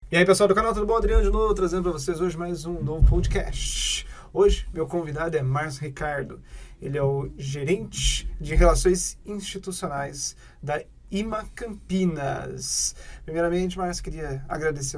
E aí, pessoal do canal, tudo bom? Adriano de novo, trazendo para vocês hoje mais um novo podcast. Hoje, meu convidado é Márcio Ricardo. Ele é o gerente de Relações Institucionais da IMA Campinas. Primeiramente, Márcio, queria agradecer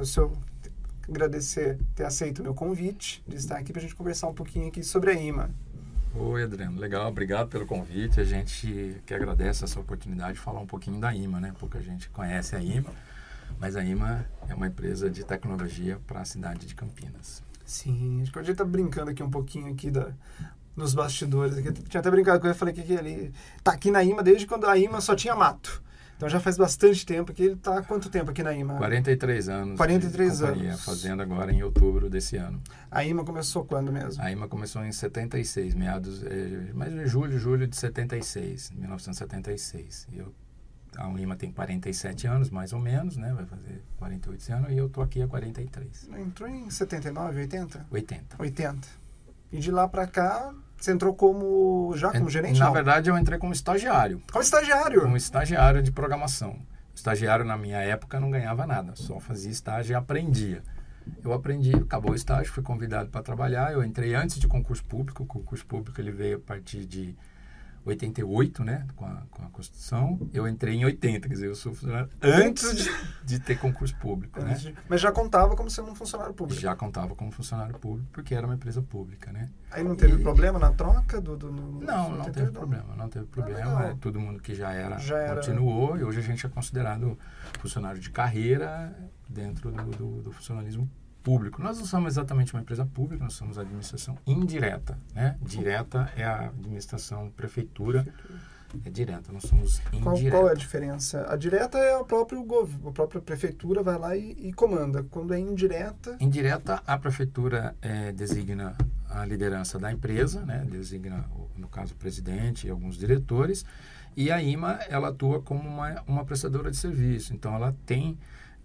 ter aceito o meu convite de estar aqui para a gente conversar um pouquinho aqui sobre a IMA. Oi, Adriano. Legal, obrigado pelo convite. A gente que agradece essa oportunidade de falar um pouquinho da IMA, né? Pouca gente conhece a IMA, mas a IMA é uma empresa de tecnologia para a cidade de Campinas. Sim, a gente está brincando aqui um pouquinho aqui nos bastidores. Aqui. Tinha até brincado com ele, falei que ele está aqui na IMA desde quando a IMA só tinha mato. Então já faz bastante tempo que ele está há quanto tempo aqui na IMA? 43 anos. 43 anos. Fazendo agora em outubro desse ano. A IMA começou quando mesmo? A IMA começou em 76, mais de julho de 76, 1976. A IMA tem 47 anos, mais ou menos, né? Vai fazer 48 anos e eu estou aqui há 43. Entrou em 79, 80? 80. E de lá para cá, você entrou como gerente? Na verdade, eu entrei como estagiário. Como estagiário? Como estagiário de programação. Estagiário, na minha época, não ganhava nada. Só fazia estágio e aprendia. Eu aprendi, acabou o estágio, fui convidado para trabalhar. Eu entrei antes de concurso público. O concurso público ele veio a partir de 88, né? Com a Constituição. Eu entrei em 80, quer dizer, eu sou funcionário antes de ter concurso público, né? Mas já contava como sendo um funcionário público? Já contava como funcionário público, porque era uma empresa pública, né? Aí não teve problema na troca? Não teve problema. Não teve problema. Todo mundo que já era continuou, e hoje a gente é considerado funcionário de carreira dentro do funcionalismo público. Nós não somos exatamente uma empresa pública, nós somos a administração indireta, né? Direta é a administração prefeitura, é direta, nós somos indireta. Qual é a diferença? A direta é a própria prefeitura vai lá e comanda. Quando é indireta... Indireta, a prefeitura designa a liderança da empresa, né? Designa, no caso, o presidente e alguns diretores, e a IMA, ela atua como uma prestadora de serviço. Então, ela tem...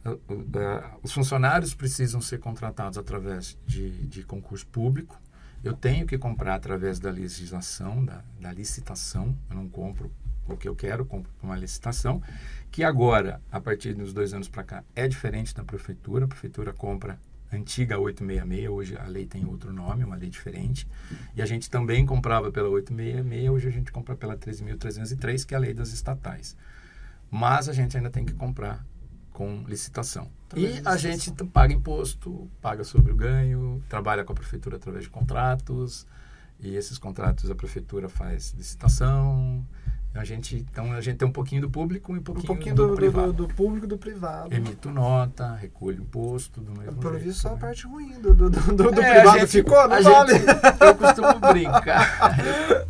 Os funcionários precisam ser contratados através de concurso público. Eu tenho que comprar através da legislação, da licitação. Eu não compro o que eu quero, compro uma licitação, que agora, a partir dos 2 anos para cá, é diferente da prefeitura. A prefeitura compra a antiga 866, hoje a lei tem outro nome, uma lei diferente. E a gente também comprava pela 866, hoje a gente compra pela 13.303, que é a lei das estatais. Mas a gente ainda tem que comprar com licitação. E a gente paga imposto, paga sobre o ganho, trabalha com a prefeitura através de contratos, e esses contratos a prefeitura faz licitação. Então a gente tem um pouquinho do público e um pouquinho do privado. Do público e do privado. Emito nota, recolho imposto do mesmo jeito. Visto só a parte ruim do privado ficou, não vale? Eu costumo brincar.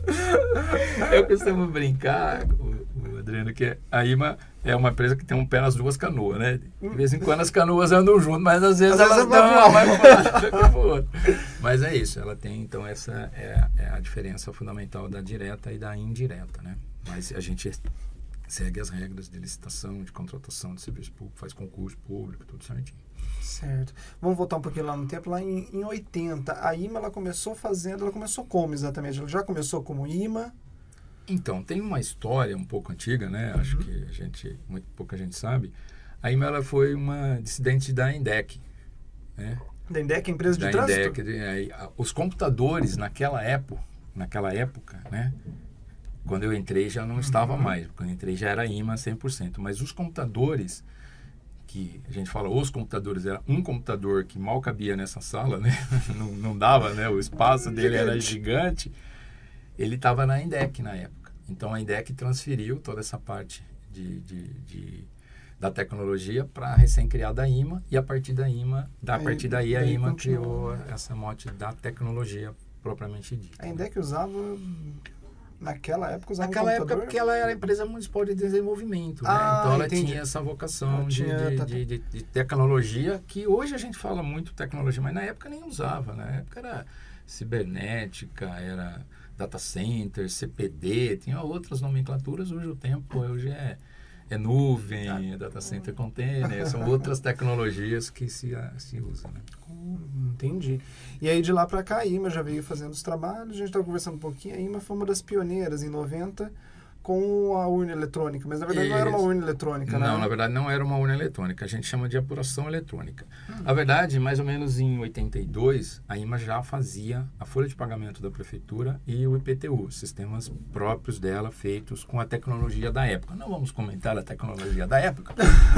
O Adriano, que a IMA é uma empresa que tem um pé nas duas canoas, né? De vez em quando as canoas andam juntas, mas às vezes elas dão uma mais para o outro. Mas é isso, ela tem, então, essa é a diferença fundamental da direta e da indireta, né? Mas a gente segue as regras de licitação, de contratação de serviço público, faz concurso público, tudo certinho. Certo. Vamos voltar um pouquinho lá no tempo. Lá em 80, a IMA, ela começou como exatamente? Ela já começou como IMA? Então, tem uma história um pouco antiga, né? Acho que muito pouca gente sabe. A IMA, ela foi uma dissidente da INDEC, né? Da INDEC, empresa de trânsito? Os computadores, naquela época, né? Quando eu entrei já não estava mais. Quando eu entrei já era IMA 100%. Mas os computadores, que a gente fala os computadores, era um computador que mal cabia nessa sala, né? Não dava, né? O espaço dele era gigante. Ele estava na INDEC na época. Então, a INDEC transferiu toda essa parte da tecnologia para a recém-criada IMA, e a partir daí a IMA criou essa mote da tecnologia propriamente dita. A INDEC naquela época, Naquela época, porque ela era a empresa municipal de desenvolvimento, né? Então, ela tinha essa vocação de tecnologia, que hoje a gente fala muito tecnologia, mas na época nem usava. Na época era cibernética, era data center, CPD, tinha outras nomenclaturas. Hoje é nuvem, é data center container, são outras tecnologias que se usam, né? Entendi. E aí de lá para cá a IMA já veio fazendo os trabalhos, a gente estava conversando um pouquinho, a IMA foi uma das pioneiras em 90 com a urna eletrônica, mas na verdade não era uma urna eletrônica, né? Não, na verdade não era uma urna eletrônica, a gente chama de apuração eletrônica. Na verdade, mais ou menos em 82, a IMA já fazia a folha de pagamento da prefeitura e o IPTU, sistemas próprios dela, feitos com a tecnologia da época. Não vamos comentar a tecnologia da época,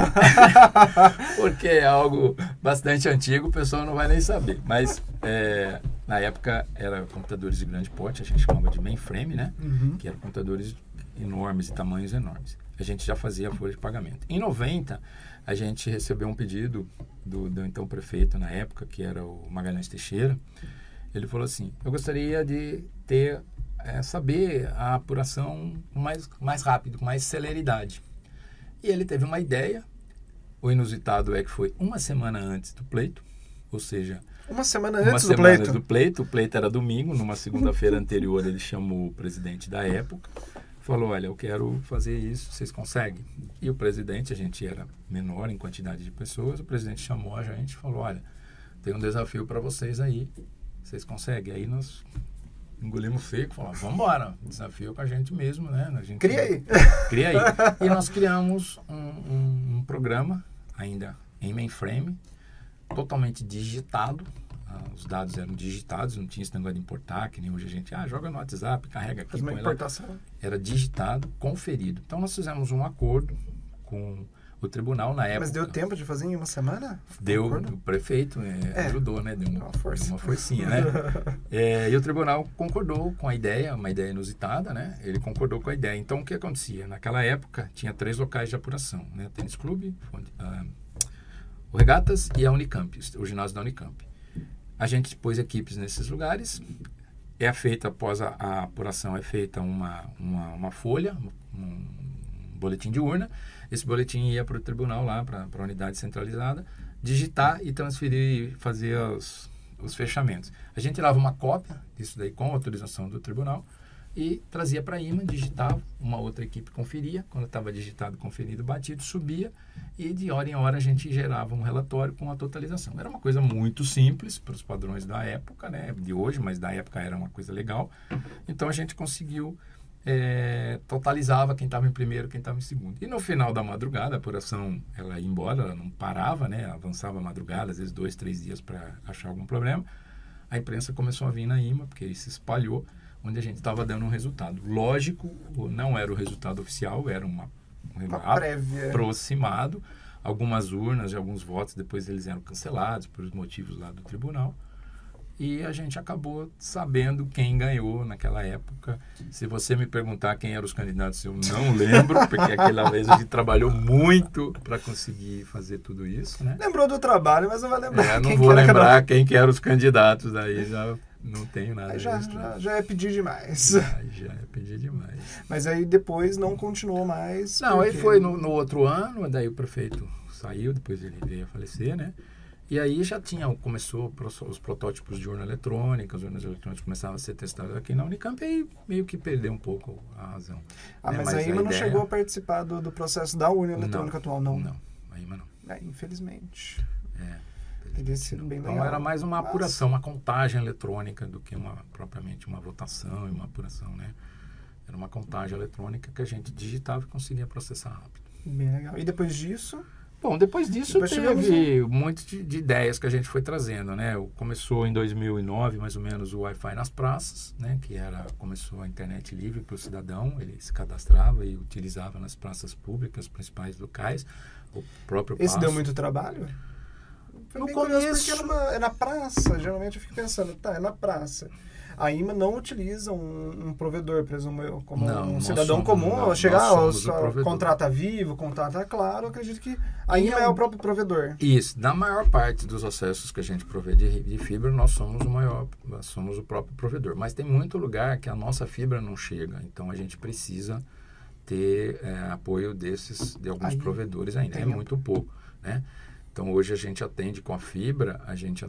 porque é algo bastante antigo, o pessoal não vai nem saber. Mas na época era computadores de grande porte, a gente chamava de mainframe, né? Que eram computadores enormes e tamanhos enormes. A gente já fazia a folha de pagamento. Em 90, a gente recebeu um pedido do então prefeito na época, que era o Magalhães Teixeira. Ele falou assim: eu gostaria de saber a apuração mais rápido, com mais celeridade. E ele teve uma ideia. O inusitado é que foi uma semana antes do pleito, ou seja, uma semana antes do pleito. O pleito era domingo, numa segunda-feira anterior ele chamou o presidente da época, falou: olha, eu quero fazer isso, vocês conseguem? E o presidente, a gente era menor em quantidade de pessoas, o presidente chamou a gente e falou: olha, tem um desafio para vocês aí, vocês conseguem? Aí nós engolimos seco, falamos: vamos embora, desafio com a gente mesmo, né? A gente Cria aí. E nós criamos um programa, ainda em mainframe, totalmente digitado. Os dados eram digitados, não tinha esse negócio de importar, que nem hoje a gente joga no WhatsApp, carrega aqui, põe lá. Era digitado, conferido. Então nós fizemos um acordo com o tribunal na época. Mas deu tempo de fazer em uma semana? Deu, o prefeito ajudou, né? Deu uma forcinha, né? E o tribunal concordou com a ideia, uma ideia inusitada, né? Ele concordou com a ideia. Então o que acontecia? Naquela época tinha 3 locais de apuração, né? O Tênis Clube, o Regatas e a Unicamp, o ginásio da Unicamp. A gente pôs equipes nesses lugares. Após a apuração, é feita uma folha, um boletim de urna. Esse boletim ia para o tribunal, lá para a unidade centralizada, digitar e transferir, fazer os fechamentos. A gente tirava uma cópia disso daí com autorização do tribunal e trazia para a IMA, digitava, uma outra equipe conferia, quando estava digitado, conferido, batido, subia e de hora em hora a gente gerava um relatório com a totalização. Era uma coisa muito simples para os padrões da época, né, de hoje, mas da época era uma coisa legal. Então a gente conseguiu, totalizava quem estava em primeiro, quem estava em segundo. E no final da madrugada, a apuração ela ia embora, ela não parava, né, avançava a madrugada, às vezes 2, 3 dias para achar algum problema. A imprensa começou a vir na IMA, porque ele se espalhou, onde a gente estava dando um resultado. Lógico, não era o resultado oficial, era uma prévia, aproximado. Algumas urnas e alguns votos, depois eles eram cancelados por motivos lá do tribunal. E a gente acabou sabendo quem ganhou naquela época. Se você me perguntar quem eram os candidatos, eu não lembro, porque aquela vez a gente trabalhou muito para conseguir fazer tudo isso, né? Lembrou do trabalho, mas não vai lembrar. Não vou lembrar quem que eram os candidatos, daí já não tenho nada. Já é pedir demais. Já é pedir demais. Mas aí depois não continuou mais. Não, aí foi no outro ano, daí o prefeito saiu, depois ele veio a falecer, né? E aí já começou os protótipos de urna eletrônica, as urnas eletrônicas começavam a ser testadas aqui na Unicamp, e aí meio que perdeu um pouco a razão. Mas a IMA não chegou a participar do processo da urna eletrônica atual, não? Não, a IMA não. Infelizmente. Teria sido bem legal. Então era mais uma apuração, uma contagem eletrônica do que propriamente uma votação e uma apuração, né? Era uma contagem eletrônica que a gente digitava e conseguia processar rápido. Bem legal. E depois disso? Bom, depois disso teve um monte de ideias que a gente foi trazendo, né? Começou em 2009, mais ou menos, o Wi-Fi nas praças, né? Começou a internet livre para o cidadão, ele se cadastrava e utilizava nas praças públicas, principais locais, o próprio Esse deu muito trabalho? No começo... Porque é na praça, geralmente eu fico pensando, é na praça. A IMA não utiliza um provedor, presumo eu, como um cidadão comum, chegar, contrata Vivo, contrata Claro, eu acredito que a IMA é o próprio provedor. Isso, na maior parte dos acessos que a gente provê de fibra, nós somos o próprio provedor. Mas tem muito lugar que a nossa fibra não chega, então a gente precisa ter apoio de alguns provedores ainda, é muito pouco, né? Então, hoje a gente atende com a fibra,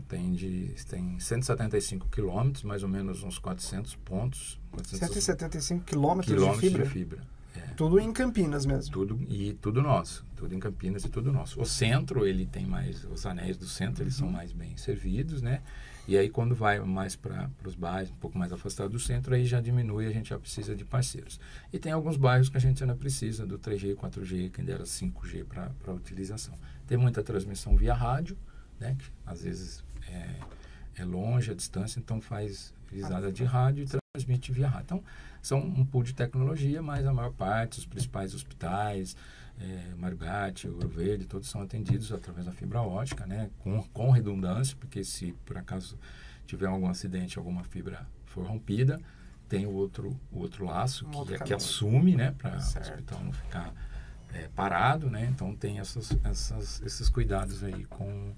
tem 175 quilômetros, mais ou menos uns 400 pontos. 175 quilômetros de fibra? tudo em Campinas mesmo. Tudo nosso. Tudo em Campinas e tudo nosso. O centro, ele tem mais... Os anéis do centro, eles são mais bem servidos, né? E aí, quando vai mais para os bairros, um pouco mais afastados do centro, aí já diminui, a gente já precisa de parceiros. E tem alguns bairros que a gente ainda precisa do 3G, 4G, quem dera 5G para utilização. Tem muita transmissão via rádio, né? Que às vezes é longe a distância, então faz visada de rádio e transmite via rádio. Então, são um pool de tecnologia, mas a maior parte, os principais hospitais, Mário Gatti, Ouro Verde, todos são atendidos através da fibra ótica, né? Com redundância, porque se por acaso tiver algum acidente, alguma fibra for rompida, tem o outro laço que assume, né? Para o hospital não ficar parado, né? Então tem esses cuidados aí com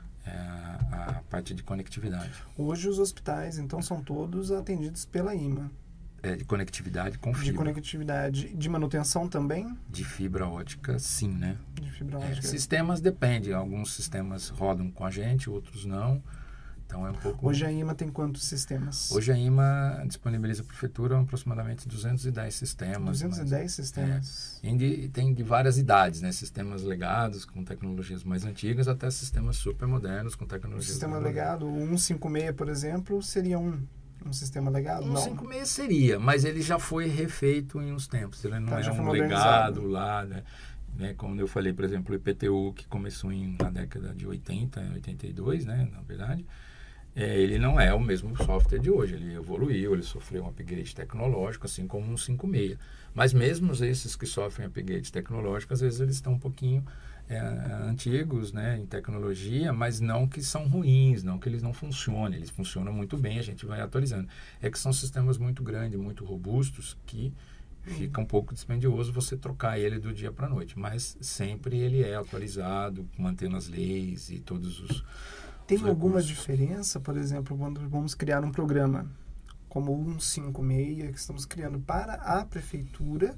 a parte de conectividade. Hoje os hospitais, então, são todos atendidos pela IMA. De conectividade com fibra. De conectividade. De manutenção também? De fibra ótica, sim, né? De fibra ótica. Sistemas depende. Alguns sistemas rodam com a gente, outros não. Então é um pouco... Hoje a IMA tem quantos sistemas? Hoje a IMA disponibiliza a prefeitura aproximadamente 210 sistemas. 210 sistemas? Tem de várias idades, né? Sistemas legados com tecnologias mais antigas até sistemas super modernos com tecnologias... O sistema legado, o 156, por exemplo, seria um sistema legado? 156 seria, mas ele já foi refeito em uns tempos. Ele não é um legado lá, né? Como eu falei, por exemplo, o IPTU, que começou na década de 80, 82, né? Na verdade, ele não é o mesmo software de hoje. Ele evoluiu, ele sofreu um upgrade tecnológico, assim como um 56. Mas mesmo esses que sofrem upgrade tecnológico, às vezes eles estão um pouquinho antigos, né, em tecnologia, mas não que são ruins, não que eles não funcionem. Eles funcionam muito bem, a gente vai atualizando. É que são sistemas muito grandes, muito robustos, que fica um pouco dispendioso você trocar ele do dia para a noite. Mas sempre ele é atualizado, mantendo as leis e todos os... Tem alguma diferença, por exemplo, quando vamos criar um programa como o 156 que estamos criando para a prefeitura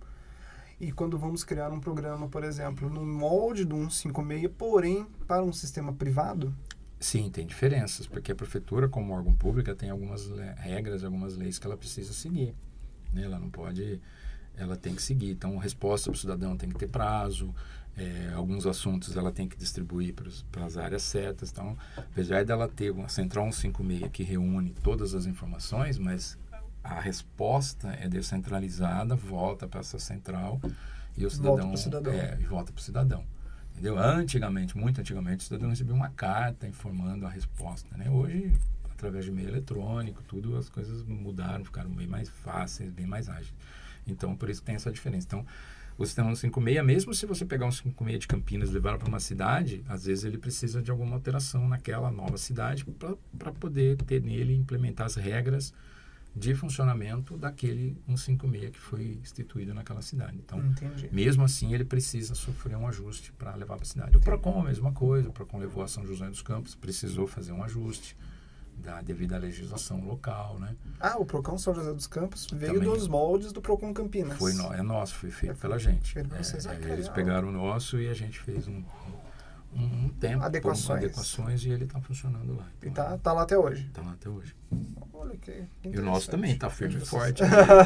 e quando vamos criar um programa, por exemplo, no molde do 156, porém para um sistema privado? Sim, tem diferenças, porque a prefeitura, como órgão público, tem algumas regras, algumas leis que ela precisa seguir, né? Ela não pode... Ela tem que seguir. Então, a resposta para o cidadão tem que ter prazo. Alguns assuntos ela tem que distribuir para as áreas certas. Então, apesar dela ter uma central 156 que reúne todas as informações, mas a resposta é descentralizada, volta para essa central e o cidadão volta para o cidadão. Entendeu? Muito antigamente, o cidadão recebia uma carta informando a resposta, né? Hoje, através de e-mail eletrônico, tudo, as coisas mudaram, ficaram bem mais fáceis, bem mais ágeis. Então, por isso que tem essa diferença. Então, o sistema 156, mesmo se você pegar um 156 de Campinas e levar para uma cidade, às vezes ele precisa de alguma alteração naquela nova cidade para poder ter nele, implementar as regras de funcionamento daquele 156 que foi instituído naquela cidade. Então, mesmo assim, ele precisa sofrer um ajuste para levar para a cidade. O PROCON, a mesma coisa. O PROCON levou a São José dos Campos, precisou fazer um ajuste devido à legislação local, né? O PROCON São José dos Campos veio dos moldes do PROCON Campinas. É nosso, foi feito pela gente. Eles pegaram o nosso e a gente fez um tempo, adequações e ele está funcionando lá. Então, e tá lá até hoje? Está lá até hoje. Olha que e o nosso também está firme e forte.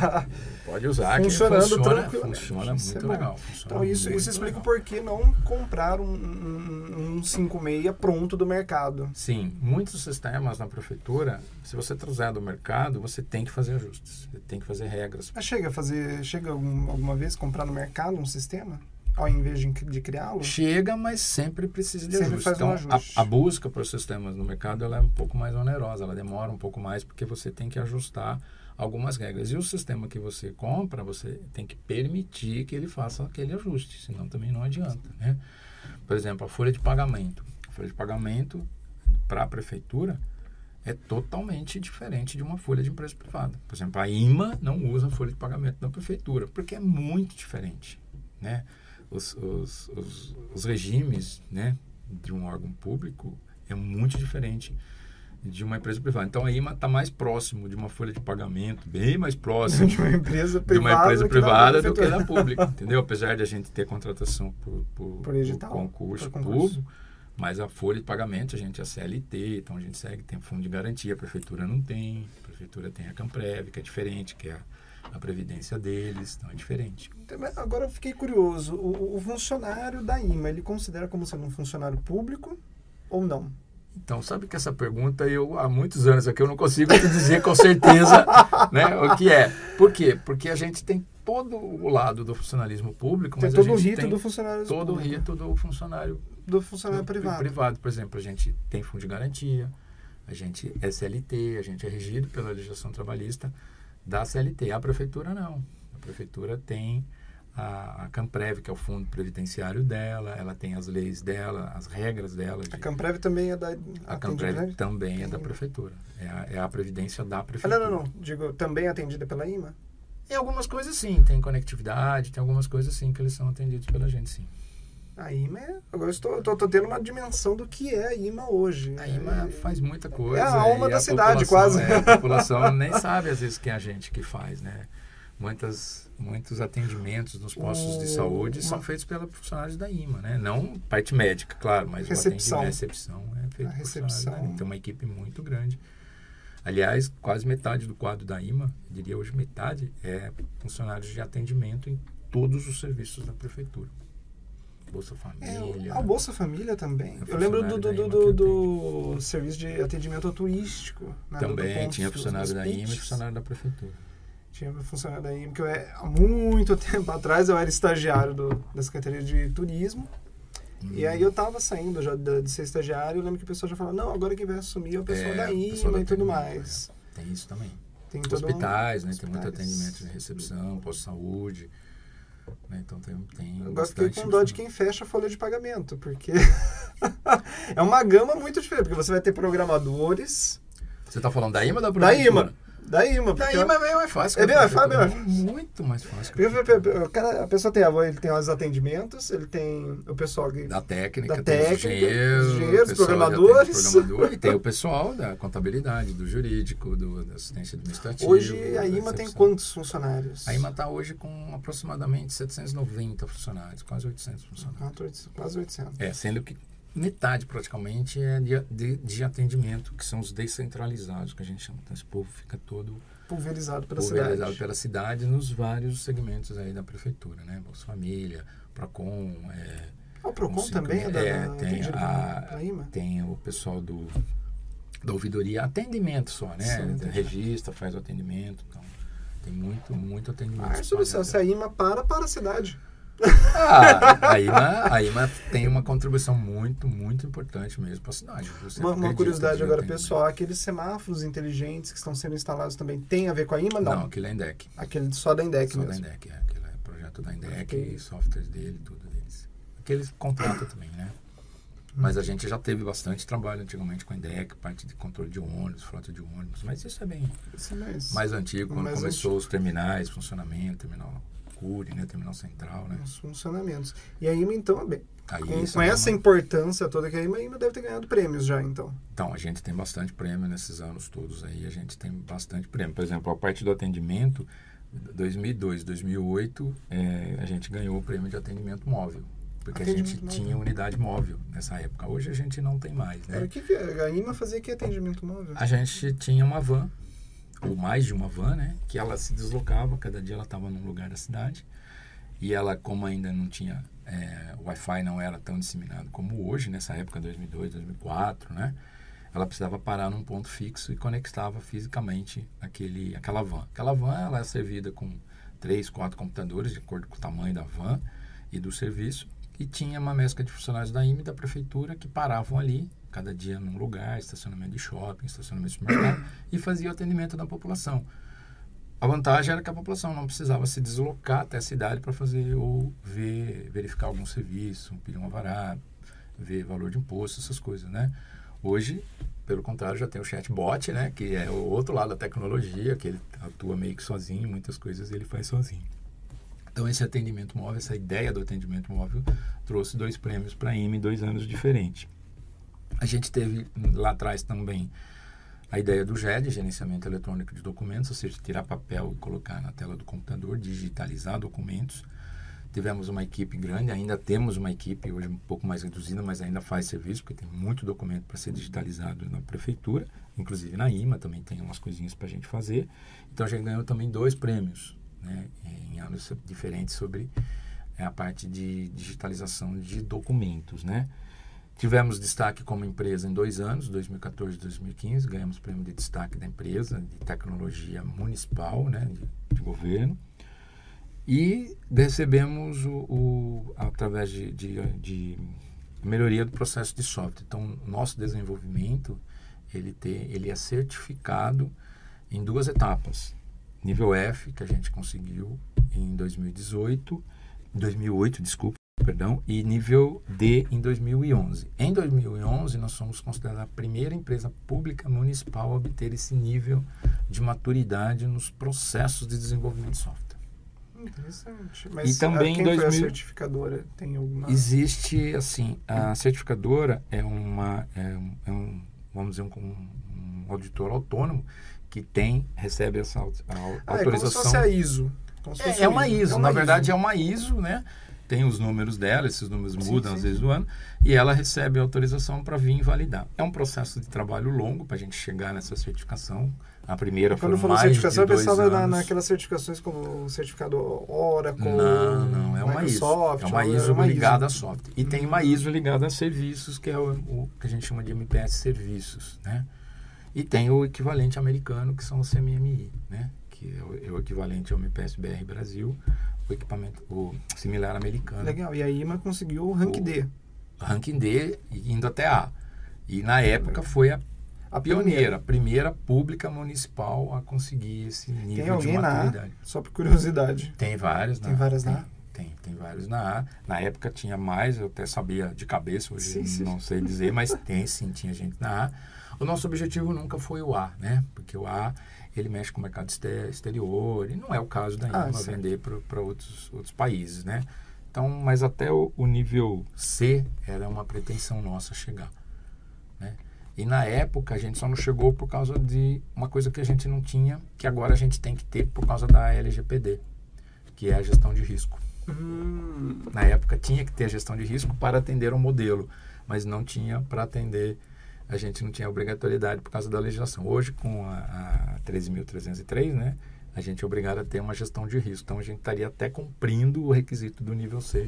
Pode usar, funcionando tranquilamente. Funciona muito legal. Então isso explica por que não comprar um 56 pronto do mercado. Sim, muitos sistemas na prefeitura, se você trazer do mercado, você tem que fazer ajustes, você tem que fazer regras. Mas chega alguma vez comprar no mercado um sistema? Ao invés de criá-lo? Chega, mas sempre precisa de ajuste. Então, a busca por sistemas no mercado ela é um pouco mais onerosa, ela demora um pouco mais porque você tem que ajustar algumas regras. E o sistema que você compra, você tem que permitir que ele faça aquele ajuste, senão também não adianta, né? Por exemplo, a folha de pagamento. A folha de pagamento para a prefeitura é totalmente diferente de uma folha de empresa privada. Por exemplo, a IMA não usa a folha de pagamento da prefeitura, porque é muito diferente, né? Os regimes, né, de um órgão público é muito diferente de uma empresa privada. Então a IMA está mais próximo de uma folha de pagamento, bem mais próximo de uma empresa privada do que da pública, entendeu? Apesar de a gente ter contratação por edital, por concurso público, mas a folha de pagamento a gente é CLT, então a gente segue, tem fundo de garantia, a prefeitura não tem, a prefeitura tem a Camprev, que é diferente, que é a previdência deles, então é diferente. Agora eu fiquei curioso, o funcionário da IMA, ele considera como sendo um funcionário público ou não? Então, sabe que essa pergunta há muitos anos aqui eu não consigo te dizer com certeza, né, o que é. Por quê? Porque a gente tem todo o lado do funcionalismo público, mas tem todo a gente o rito do funcionário todo público. O rito do funcionário privado. Por exemplo, a gente tem fundo de garantia, a gente é CLT, a gente é regido pela legislação trabalhista da CLT. A prefeitura não. A prefeitura tem a Camprev, que é o fundo previdenciário dela, ela tem as leis dela, as regras dela. A Camprev também é da... A Camprev também é da prefeitura. É a previdência da prefeitura. Não. Digo, também é atendida pela IMA? Em algumas coisas sim, tem conectividade, tem algumas coisas sim que eles são atendidos pela gente, sim. A IMA agora eu estou tendo uma dimensão do que é a IMA hoje. A IMA faz muita coisa. É a alma da cidade, quase. A população nem sabe, às vezes, que é a gente que faz, né? Muitos atendimentos nos postos de saúde são feitos pelos funcionários da IMA, né? Não parte médica, claro, mas recepção. A recepção é feita por funcionários da IMA. Tem uma equipe muito grande. Aliás, quase metade do quadro da IMA, eu diria hoje metade, é funcionários de atendimento em todos os serviços da prefeitura. Bolsa Família. A Bolsa Família também. Eu lembro do serviço de atendimento turístico. Né, também tinha funcionário da IMA e funcionário da prefeitura. Tinha funcionário da IMA, que há muito tempo atrás eu era estagiário da Secretaria de Turismo. E aí eu estava saindo já de ser estagiário, eu lembro que o pessoal já falava, não, agora quem vai assumir é o pessoal da IMA e tudo mais. Tem isso também. Tem hospitais, né? Tem muito atendimento de recepção, pós-saúde. Né? Então tem agora fiquei com dó de quem fecha a folha de pagamento, porque é uma gama muito diferente, porque você vai ter programadores. Você está falando da IMA ou da prefeitura? Da IMA. Da IMA é bem mais fácil. É bem mais fácil? Muito mais fácil. A pessoa tem ele tem os atendimentos, ele tem o pessoal da técnica, tem os engenheiros, programadores. E tem o pessoal da contabilidade, do jurídico, da assistência administrativa. Hoje a IMA tem quantos funcionários? A IMA está hoje com aproximadamente 790 funcionários, quase 800 funcionários. Quase 800. Sendo que metade praticamente é de atendimento, que são os descentralizados, que a gente chama. Então esse povo fica todo pulverizado pela cidade nos vários segmentos aí da prefeitura, né? Bolsa Família, Procon. O Procon também é IMA? Tem o pessoal da ouvidoria, atendimento só, né? Registra, faz o atendimento, então tem muito atendimento. Se a IMA para a cidade. A IMA tem uma contribuição muito importante mesmo para a cidade. Uma curiosidade agora, pessoal, aqueles semáforos inteligentes que estão sendo instalados também tem a ver com a IMA? Não, aquele é INDEC. Aquele só da INDEC mesmo? Só da INDEC, aquele é projeto da INDEC, softwares dele, tudo deles. Aqueles contratam também, né? Mas a gente já teve bastante trabalho antigamente com a INDEC, parte de controle de ônibus, frota de ônibus, mas isso é bem mais antigo, quando começou os terminais, funcionamento, terminal Cure, né? Terminal Central, né? Os funcionamentos. E a IMA, então, com essa importância toda que a IMA deve ter ganhado prêmios já, então. Então, a gente tem bastante prêmio nesses anos todos aí, a gente tem bastante prêmio. Por exemplo, a parte do atendimento, 2002, 2008, a gente ganhou o prêmio de atendimento móvel. Porque a gente tinha unidade móvel nessa época. Hoje a gente não tem mais, né? A IMA fazia que atendimento móvel? A gente tinha uma van, ou mais de uma van, né? Que ela se deslocava, cada dia ela estava num lugar da cidade. E ela, como ainda não tinha... o Wi-Fi não era tão disseminado como hoje, nessa época, 2002, 2004, né? Ela precisava parar num ponto fixo e conectava fisicamente aquela van. Aquela van, ela é servida com 3, 4 computadores, de acordo com o tamanho da van e do serviço. E tinha uma mescla de funcionários da IMA e da prefeitura que paravam ali, cada dia num lugar, estacionamento de shopping, estacionamento de supermercado, e fazia o atendimento da população. A vantagem era que a população não precisava se deslocar até a cidade para fazer ou verificar algum serviço, pedir um alvará, ver valor de imposto, essas coisas, né? Hoje, pelo contrário, já tem o chatbot, né? Que é o outro lado da tecnologia, que ele atua meio que sozinho, muitas coisas ele faz sozinho. Então, esse atendimento móvel, essa ideia do atendimento móvel, trouxe 2 prêmios para a IMA em 2 anos diferentes. A gente teve lá atrás também a ideia do GED, Gerenciamento Eletrônico de Documentos, ou seja, tirar papel e colocar na tela do computador, digitalizar documentos. Tivemos uma equipe grande, ainda temos uma equipe, hoje um pouco mais reduzida, mas ainda faz serviço, porque tem muito documento para ser digitalizado na prefeitura, inclusive na IMA também tem umas coisinhas para a gente fazer. Então, a gente ganhou também 2 prêmios né, em anos diferentes sobre a parte de digitalização de documentos, né? Tivemos destaque como empresa em 2 anos, 2014 e 2015, ganhamos prêmio de destaque da empresa de tecnologia municipal, né, de governo, e recebemos através de melhoria do processo de software. Então, nosso desenvolvimento ele é certificado em 2 etapas. Nível F, que a gente conseguiu em 2008, e nível D em 2011. Em 2011, nós somos considerados a primeira empresa pública municipal a obter esse nível de maturidade nos processos de desenvolvimento de software. Interessante. Mas e também quem foi a certificadora? Tem alguma... Existe, assim, a certificadora é vamos dizer, um auditor autônomo que recebe essa autorização. É como se fosse a ISO. É uma ISO, na verdade é uma ISO, né? Tem os números dela, esses números mudam às vezes do ano, e ela recebe a autorização para vir validar. É um processo de trabalho longo para a gente chegar nessa certificação. A primeira foi mais de 2 anos. Quando falou certificação, eu pensava naquelas certificações como o certificado Oracle, Não, é uma Microsoft, ISO. É uma ISO ligada a software. E tem uma ISO ligada a serviços, que é o que a gente chama de MPS Serviços, né? E tem o equivalente americano, que são os CMMI, né? Que é o equivalente ao MPS BR Brasil, o similar americano. Legal, e a IMA conseguiu o ranking D. Ranking D, indo até A. E na época foi a pioneira, a primeira pública municipal a conseguir esse nível de maturidade. Na A, só por curiosidade. Tem vários na A. Tem várias na A? Tem vários na A. Na época tinha mais, eu até sabia de cabeça, hoje não sei dizer, mas tinha gente na A. O nosso objetivo nunca foi o A, né? Porque o A, ele mexe com o mercado exterior, e não é o caso da IMA vender para outros países, né? Então, mas até o nível C era uma pretensão nossa chegar, né? E na época a gente só não chegou por causa de uma coisa que a gente não tinha, que agora a gente tem que ter por causa da LGPD, que é a gestão de risco. Na época tinha que ter a gestão de risco para atender o modelo, mas não tinha para atender, a gente não tinha obrigatoriedade por causa da legislação. Hoje, com a 13.303, né, a gente é obrigado a ter uma gestão de risco. Então, a gente estaria até cumprindo o requisito do nível C.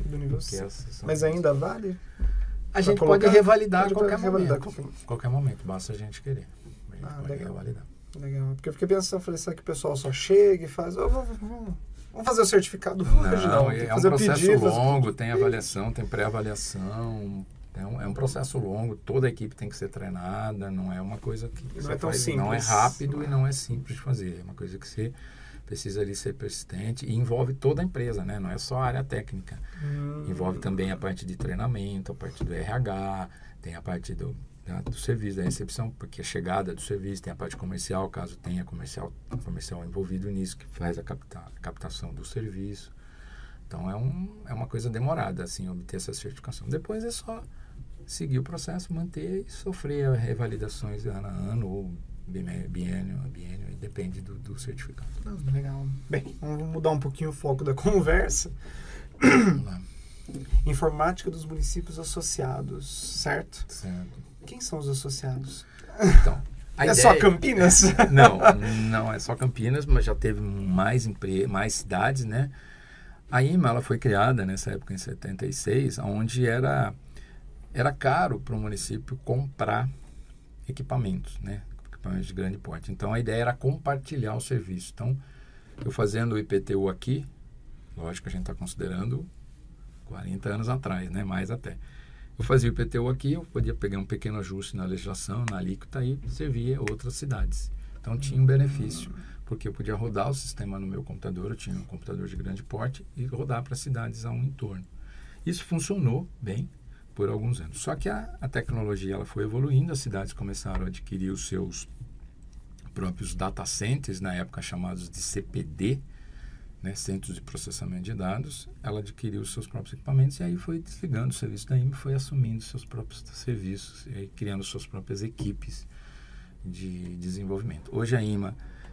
Mas ainda vale? A gente pode revalidar a qualquer momento. Basta a gente querer. A gente pode revalidar. Legal. Porque eu fiquei pensando, falei, será que o pessoal só chega e faz... Vamos fazer o certificado hoje, não. É um processo longo, tem avaliação, tem pré-avaliação... É um processo longo, toda a equipe tem que ser treinada, não é uma coisa que não é tão simples. Não é rápido e não é simples de fazer. É uma coisa que você precisa ali ser persistente e envolve toda a empresa, né? Não é só a área técnica. Envolve também a parte de treinamento, a parte do RH, tem a parte do serviço, da recepção, porque a chegada do serviço, tem a parte comercial, caso tenha comercial envolvido nisso, que faz a captação do serviço. Então, é uma coisa demorada, assim, obter essa certificação. Depois é só seguir o processo, manter e sofrer revalidações ano a ano, ou biênio, depende do certificado. Legal. Bem, vamos mudar um pouquinho o foco da conversa. Vamos lá. Informática dos municípios associados, certo? Certo. Quem são os associados? Então, só Campinas? Não é só Campinas, mas já teve mais cidades, né? A IMA, ela foi criada nessa época, em 76, onde era caro para o município comprar equipamentos, né? Equipamentos de grande porte. Então, a ideia era compartilhar o serviço. Então, eu fazendo o IPTU aqui, lógico que a gente está considerando 40 anos atrás, né? Mais até. Eu fazia o IPTU aqui, eu podia pegar um pequeno ajuste na legislação, na alíquota e servia outras cidades. Então, tinha um benefício, porque eu podia rodar o sistema no meu computador, eu tinha um computador de grande porte, e rodar para cidades ao entorno. Isso funcionou bem por alguns anos. Só que a tecnologia ela foi evoluindo, as cidades começaram a adquirir os seus próprios data centers, na época chamados de CPD, né, Centros de Processamento de Dados. Ela adquiriu os seus próprios equipamentos e aí foi desligando o serviço da IMA, foi assumindo seus próprios serviços e criando suas próprias equipes de desenvolvimento. Hoje a IMA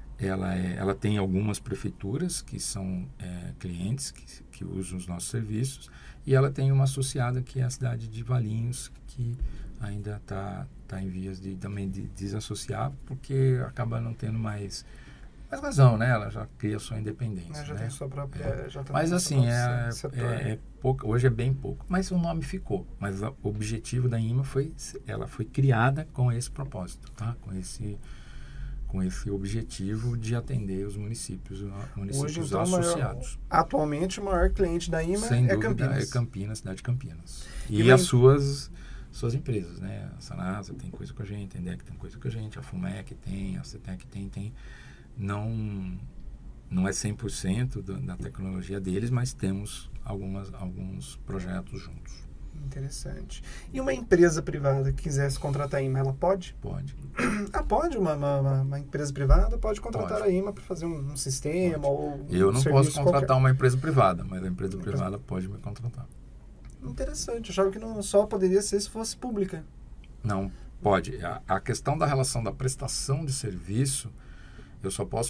ela tem algumas prefeituras que são clientes que usam os nossos serviços, e ela tem uma associada que é a cidade de Valinhos, que ainda está em vias de desassociar, porque acaba não tendo mais Mas razão, né? Ela já cria sua independência. Já né? tem sua própria... Já tá Mas no assim, setor. pouco, hoje é bem pouco. Mas o nome ficou. Mas o objetivo da IMA ela foi criada com esse propósito, tá? Com esse objetivo de atender os municípios Hoje, então, associados. Atualmente, o maior cliente da IMA Sem é dúvida, Campinas. é Campinas, cidade de Campinas. E as suas empresas, né? A Sanasa tem coisa com a gente, a ENDEC tem coisa com a gente, a FUMEC tem, a CETEC tem. Não é 100% da tecnologia deles, mas temos alguns projetos juntos. Interessante. E uma empresa privada que quisesse contratar a IMA, ela pode? Pode. Pode. Uma empresa privada pode contratar a IMA para fazer um sistema pode. ou Eu não posso contratar qualquer. uma empresa privada, mas a empresa privada pode me contratar. Interessante. Eu achava que não só poderia ser se fosse pública. Não, pode. A questão da relação da prestação de serviço, eu só posso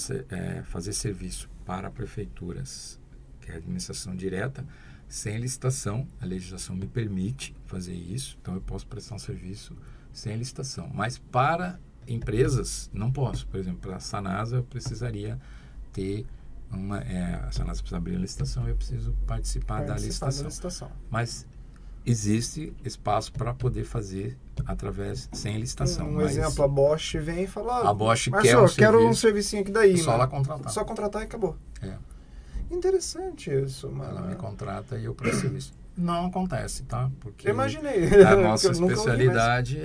fazer serviço para prefeituras, que é a administração direta, sem licitação. A legislação me permite fazer isso, então eu posso prestar um serviço sem licitação. Mas para empresas, não posso. Por exemplo, para a Sanasa, eu precisaria ter a Sanasa precisa abrir a licitação, eu preciso participar da licitação. Mas existe espaço para poder fazer sem licitação. Exemplo, a Bosch vem e fala: a Bosch quero um servicinho aqui daí. Só ela contratar. Só contratar e acabou. Interessante isso. Ela me contrata e eu presto serviço. Não acontece, tá? Porque eu imaginei. A nossa especialidade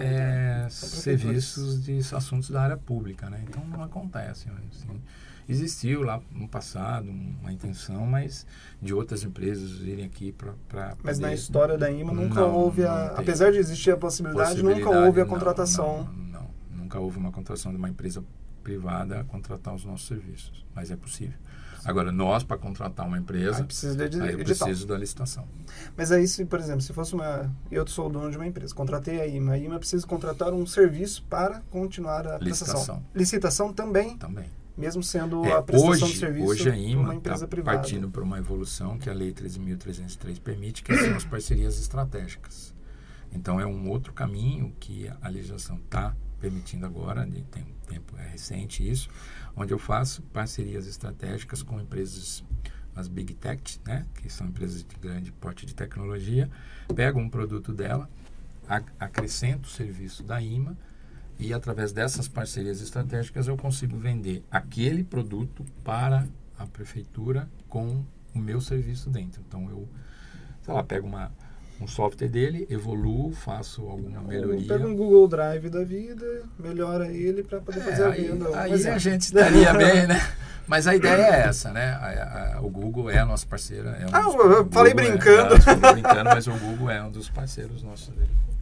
é serviços de assuntos da área pública, né? Então não acontece. Assim. Existiu lá no passado uma intenção, mas de outras empresas virem aqui para... Mas na história da IMA nunca houve apesar de existir a possibilidade, nunca houve a contratação. Não, nunca houve uma contratação de uma empresa privada a contratar os nossos serviços, mas é possível. Agora, nós, para contratar uma empresa, eu preciso da licitação. Mas aí, por exemplo, se fosse eu sou o dono de uma empresa, contratei a IMA precisa contratar um serviço para continuar a prestação. Licitação também? Também. Mesmo sendo a prestação de serviço hoje a IMA uma empresa privada. Partindo para uma evolução que a Lei 13.303 permite, que são as parcerias estratégicas. Então, é um outro caminho que a legislação está permitindo agora, tem um tempo recente isso, onde eu faço parcerias estratégicas com empresas, as Big Tech, né, que são empresas de grande porte de tecnologia, pego um produto dela, acrescento o serviço da IMA e através dessas parcerias estratégicas eu consigo vender aquele produto para a prefeitura com o meu serviço dentro. Então eu, pego um software dele, evoluo, faço alguma melhoria. Pega um Google Drive da vida, melhora ele para poder fazer a venda. Aí a gente estaria bem, né? Mas a ideia é essa, né? O Google é a nossa parceira. Eu falei brincando. Mas o Google é um dos parceiros nossos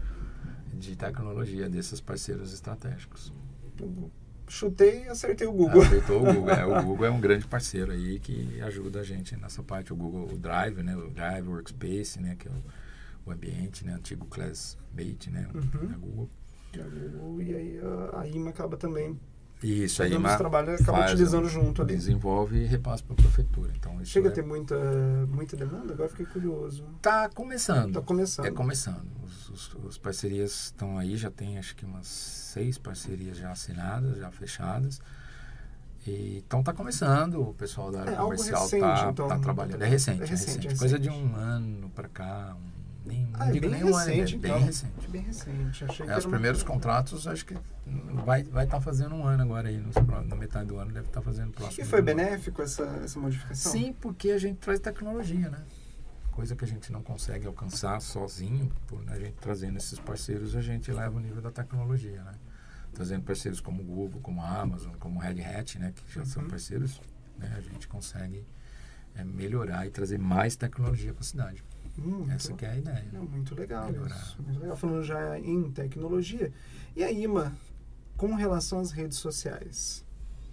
de tecnologia, desses parceiros estratégicos. Chutei e acertei o Google. Acertou o Google. O Google é um grande parceiro aí que ajuda a gente nessa parte. O Google, o Drive, né? O Drive Workspace, né? Que é o ambiente, né? Antigo Classmate, né? A Google. E aí a IMA acaba também. Isso, a IMA acaba utilizando junto ali. Desenvolve e repassa para a prefeitura. Então, chega a ter muita demanda? Agora fiquei curioso. Está começando. Está começando. É começando. As parcerias estão aí, já tem acho que umas 6 parcerias já assinadas, já fechadas. Então está começando, o pessoal da área comercial está trabalhando. É recente. Coisa de um ano para cá, não digo nem um ano, bem recente. Bem recente. Achei que os primeiros contratos, acho que vai estar fazendo um ano agora aí, na metade do ano deve estar fazendo o próximo. E foi benéfico essa modificação? Sim, porque a gente traz tecnologia, né? Coisa que a gente não consegue alcançar sozinho, a gente trazendo esses parceiros, a gente leva o nível da tecnologia, né? Trazendo parceiros como o Google, como a Amazon, como o Red Hat, né? Que já são parceiros, né? A gente consegue melhorar e trazer mais tecnologia para a cidade. Essa que é a ideia. Muito legal isso. Muito legal. Falando já em tecnologia. E a IMA, com relação às redes sociais?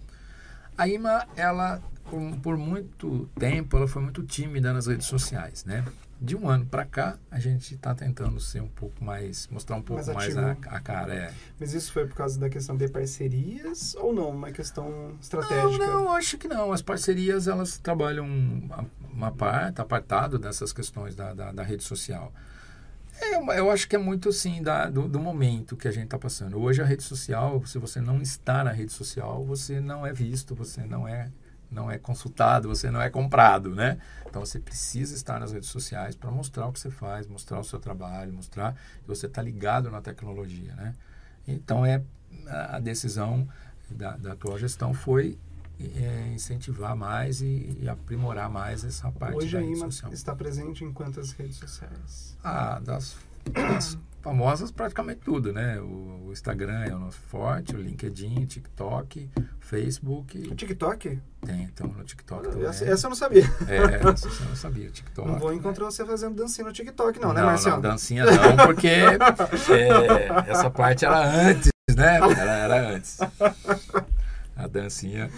A IMA, ela, por muito tempo, ela foi muito tímida nas redes sociais, né? De um ano para cá, a gente está tentando ser um pouco mais, mostrar um pouco mais a cara. Mas isso foi por causa da questão de parcerias ou não? Uma questão estratégica? Não, acho que não. As parcerias, elas trabalham uma parte, apartado dessas questões da rede social. Eu acho que é muito assim do momento que a gente está passando. Hoje a rede social, se você não está na rede social, você não é visto, você não é consultado, você não é comprado, né? Então você precisa estar nas redes sociais para mostrar o que você faz, mostrar o seu trabalho, mostrar que você está ligado na tecnologia, né? Então a decisão da atual gestão foi incentivar mais e aprimorar mais essa parte Hoje da a rede IMA social. está presente em quantas redes sociais? Das famosas, praticamente tudo, né? O Instagram é o nosso forte, o LinkedIn, o TikTok, o Facebook. O TikTok? Tem, então no TikTok também. Essa eu não sabia. Essa eu não sabia, o TikTok. Não vou encontrar você fazendo dancinha no TikTok, não, né, Não, Marcelo? não, dancinha não, porque essa parte era antes, né? Era antes. A dancinha.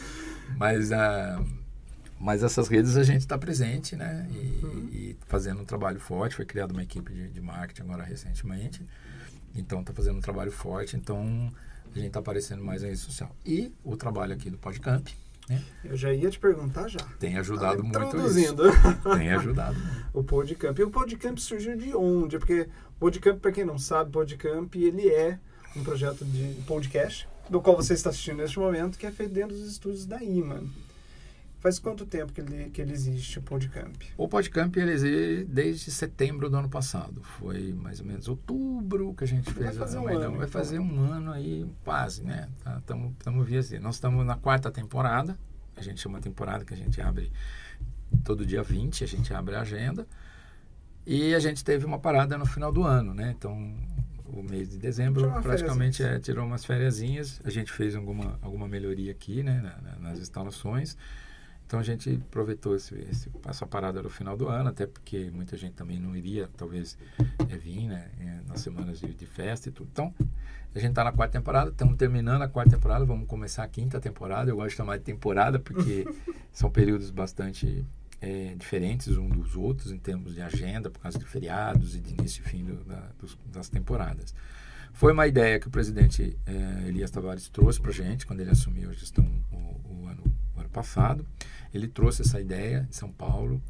Mas essas redes a gente está presente, né? E fazendo um trabalho forte. Foi criada uma equipe de marketing agora recentemente. Então está fazendo um trabalho forte. Então a gente está aparecendo mais na rede social. E o trabalho aqui do Podcamp, né? Eu já ia te perguntar já. Tem ajudado muito introduzindo. isso. Tem ajudado muito. O Podcamp. E o Podcamp surgiu de onde? Porque o Podcamp, para quem não sabe, o Podcamp ele é um projeto de podcast, do qual você está assistindo neste momento, que é feito dentro dos estúdios da IMA. Faz quanto tempo que ele existe, o Podcamp? O Podcamp ele existe desde setembro do ano passado. Foi mais ou menos outubro que a gente fez. Vai fazer um ano aí, quase, né? Estamos via assim. Nós estamos na 4ª temporada. A gente chama temporada que a gente abre todo dia 20, a gente abre a agenda. E a gente teve uma parada no final do ano, né? Então, o mês de dezembro praticamente tirou umas fériasinhas. A gente fez alguma melhoria aqui, né? Nas instalações. Então a gente aproveitou essa parada no final do ano, até porque muita gente também não iria, talvez, vir, né, nas semanas de festa e tudo. Então, a gente está na 4ª temporada, estamos terminando a 4ª temporada, vamos começar a 5ª temporada. Eu gosto de chamar de temporada porque são períodos bastante diferentes um dos outros em termos de agenda, por causa de feriados e de início e fim das temporadas. Foi uma ideia que o presidente Elias Tavares trouxe para a gente quando ele assumiu a gestão o ano passado. Ele trouxe essa ideia em São Paulo.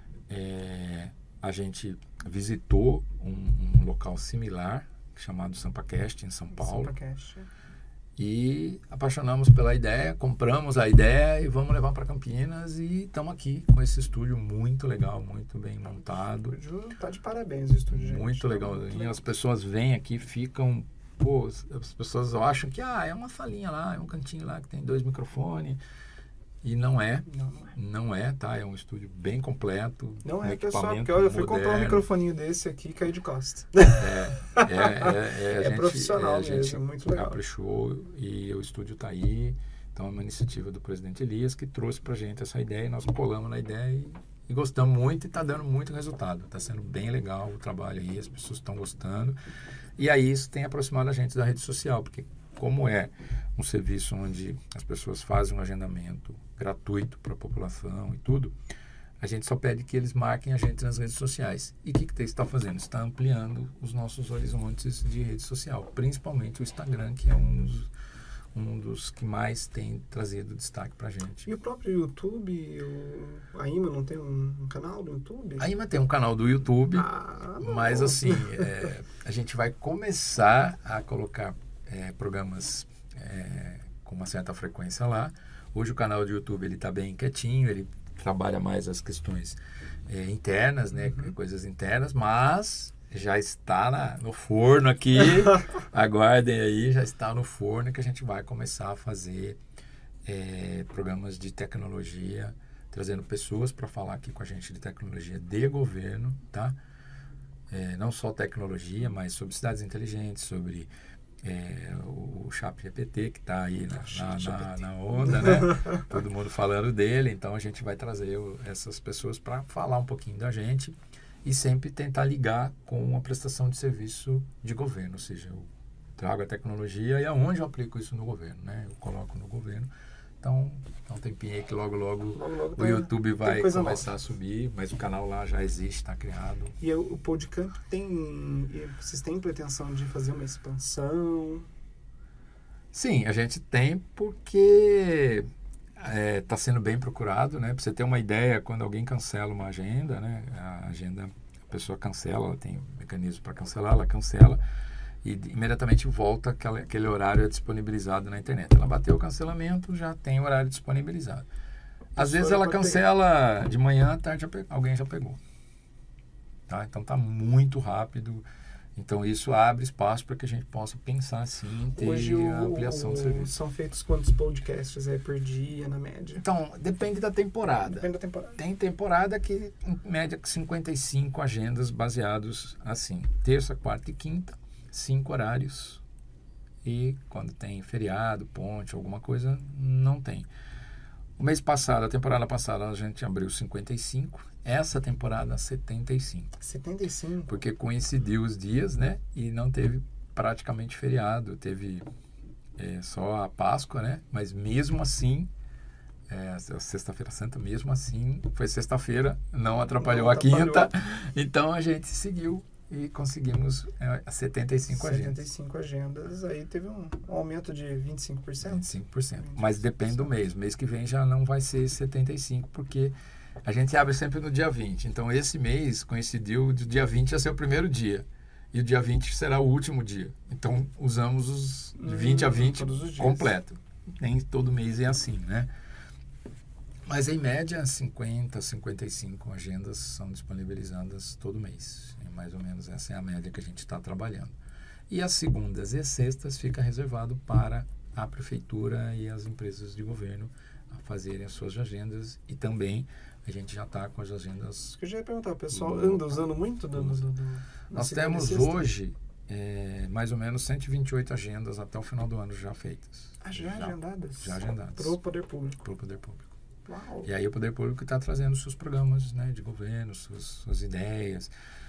A gente visitou um local similar chamado SampaCast em São Paulo. SampaCast. E apaixonamos pela ideia, compramos a ideia e vamos levar para Campinas, e estamos aqui com esse estúdio muito legal, muito bem montado. O estúdio está de parabéns, o estúdio, gente. Muito legalzinho. As pessoas vêm aqui, ficam... Pô, as pessoas acham que é uma salinha lá, é um cantinho lá que tem 2 microfones. E não é, tá? É um estúdio bem completo. Não é, pessoal, porque olha, eu fui comprar um microfoninho desse aqui e caí de costa. É profissional mesmo, a gente muito legal. Caprichou e o estúdio está aí. Então é uma iniciativa do presidente Elias que trouxe pra gente essa ideia, e nós colamos na ideia e gostamos muito, e está dando muito resultado. Está sendo bem legal o trabalho aí, as pessoas estão gostando. E aí isso tem aproximado a gente da rede social, porque como é um serviço onde as pessoas fazem um agendamento gratuito para a população e tudo, a gente só pede que eles marquem a gente nas redes sociais. E o que você está fazendo? Está ampliando os nossos horizontes de rede social, principalmente o Instagram, que é um dos que mais tem trazido destaque para a gente. E o próprio YouTube, a IMA não tem um canal do YouTube? A IMA tem um canal do YouTube, mas assim, a gente vai começar a colocar programas com uma certa frequência lá. Hoje o canal do YouTube ele está bem quietinho, ele trabalha mais as questões internas, né, coisas internas, mas já está no forno aqui. Aguardem aí, já está no forno, que a gente vai começar a fazer programas de tecnologia, trazendo pessoas para falar aqui com a gente de tecnologia de governo, tá? Não só tecnologia, mas sobre cidades inteligentes, sobre o ChatGPT, que está aí na onda, né? Todo mundo falando dele. Então a gente vai trazer essas pessoas para falar um pouquinho da gente e sempre tentar ligar com a prestação de serviço de governo, ou seja, eu trago a tecnologia e aonde eu aplico isso no governo, né? Eu coloco no governo. Então, dá um tempinho aí que logo o YouTube vai começar a subir, mas o canal lá já existe, está criado. E o Podcamp vocês têm pretensão de fazer uma expansão? Sim, a gente tem, porque está sendo bem procurado, né? Para você ter uma ideia, quando alguém cancela uma agenda, né? A agenda pessoa cancela, ela tem mecanismo para cancelar, ela cancela e imediatamente volta aquele horário disponibilizado na internet. Ela bateu o cancelamento, já tem horário disponibilizado. Às vezes ela cancela de manhã, à tarde alguém já pegou. Tá? Então está muito rápido. Então isso abre espaço para que a gente possa pensar assim em ter hoje a ampliação do serviço. São feitos quantos podcasts por dia, na média? Então, depende da temporada. Depende da temporada. Tem temporada que, em média, 55 agendas baseados assim. Terça, quarta e quinta, 5 horários. E quando tem feriado, ponte, alguma coisa, não tem. O mês passado, a temporada passada, a gente abriu 55. Essa temporada, 75. 75? Porque coincidiu os dias, né? E não teve praticamente feriado. Teve só a Páscoa, né? Mas mesmo assim, a Sexta-feira Santa, mesmo assim, foi sexta-feira, não atrapalhou a quinta. Então, a gente seguiu e conseguimos 75 agendas. 75 agendas, aí teve um aumento de 25%? 25%. Mas depende do mês. Mês que vem já não vai ser 75%, porque a gente abre sempre no dia 20. Então, esse mês coincidiu do dia 20 a ser o primeiro dia. E o dia 20 será o último dia. Então, usamos os 20 a 20 completo. Nem todo mês é assim, né? Mas, em média, 50, 55 agendas são disponibilizadas todo mês. E mais ou menos essa é a média que a gente está trabalhando. E as segundas e sextas fica reservado para a prefeitura e as empresas de governo a fazerem as suas agendas. E também a gente já está com as agendas... Eu já ia perguntar, o pessoal anda usando muito Nós temos hoje mais ou menos 128 agendas até o final do ano já feitas. Já agendadas? Já agendadas. Para o poder público. Para o poder público. Uau. E aí o poder público está trazendo seus programas, né, de governo, suas ideias,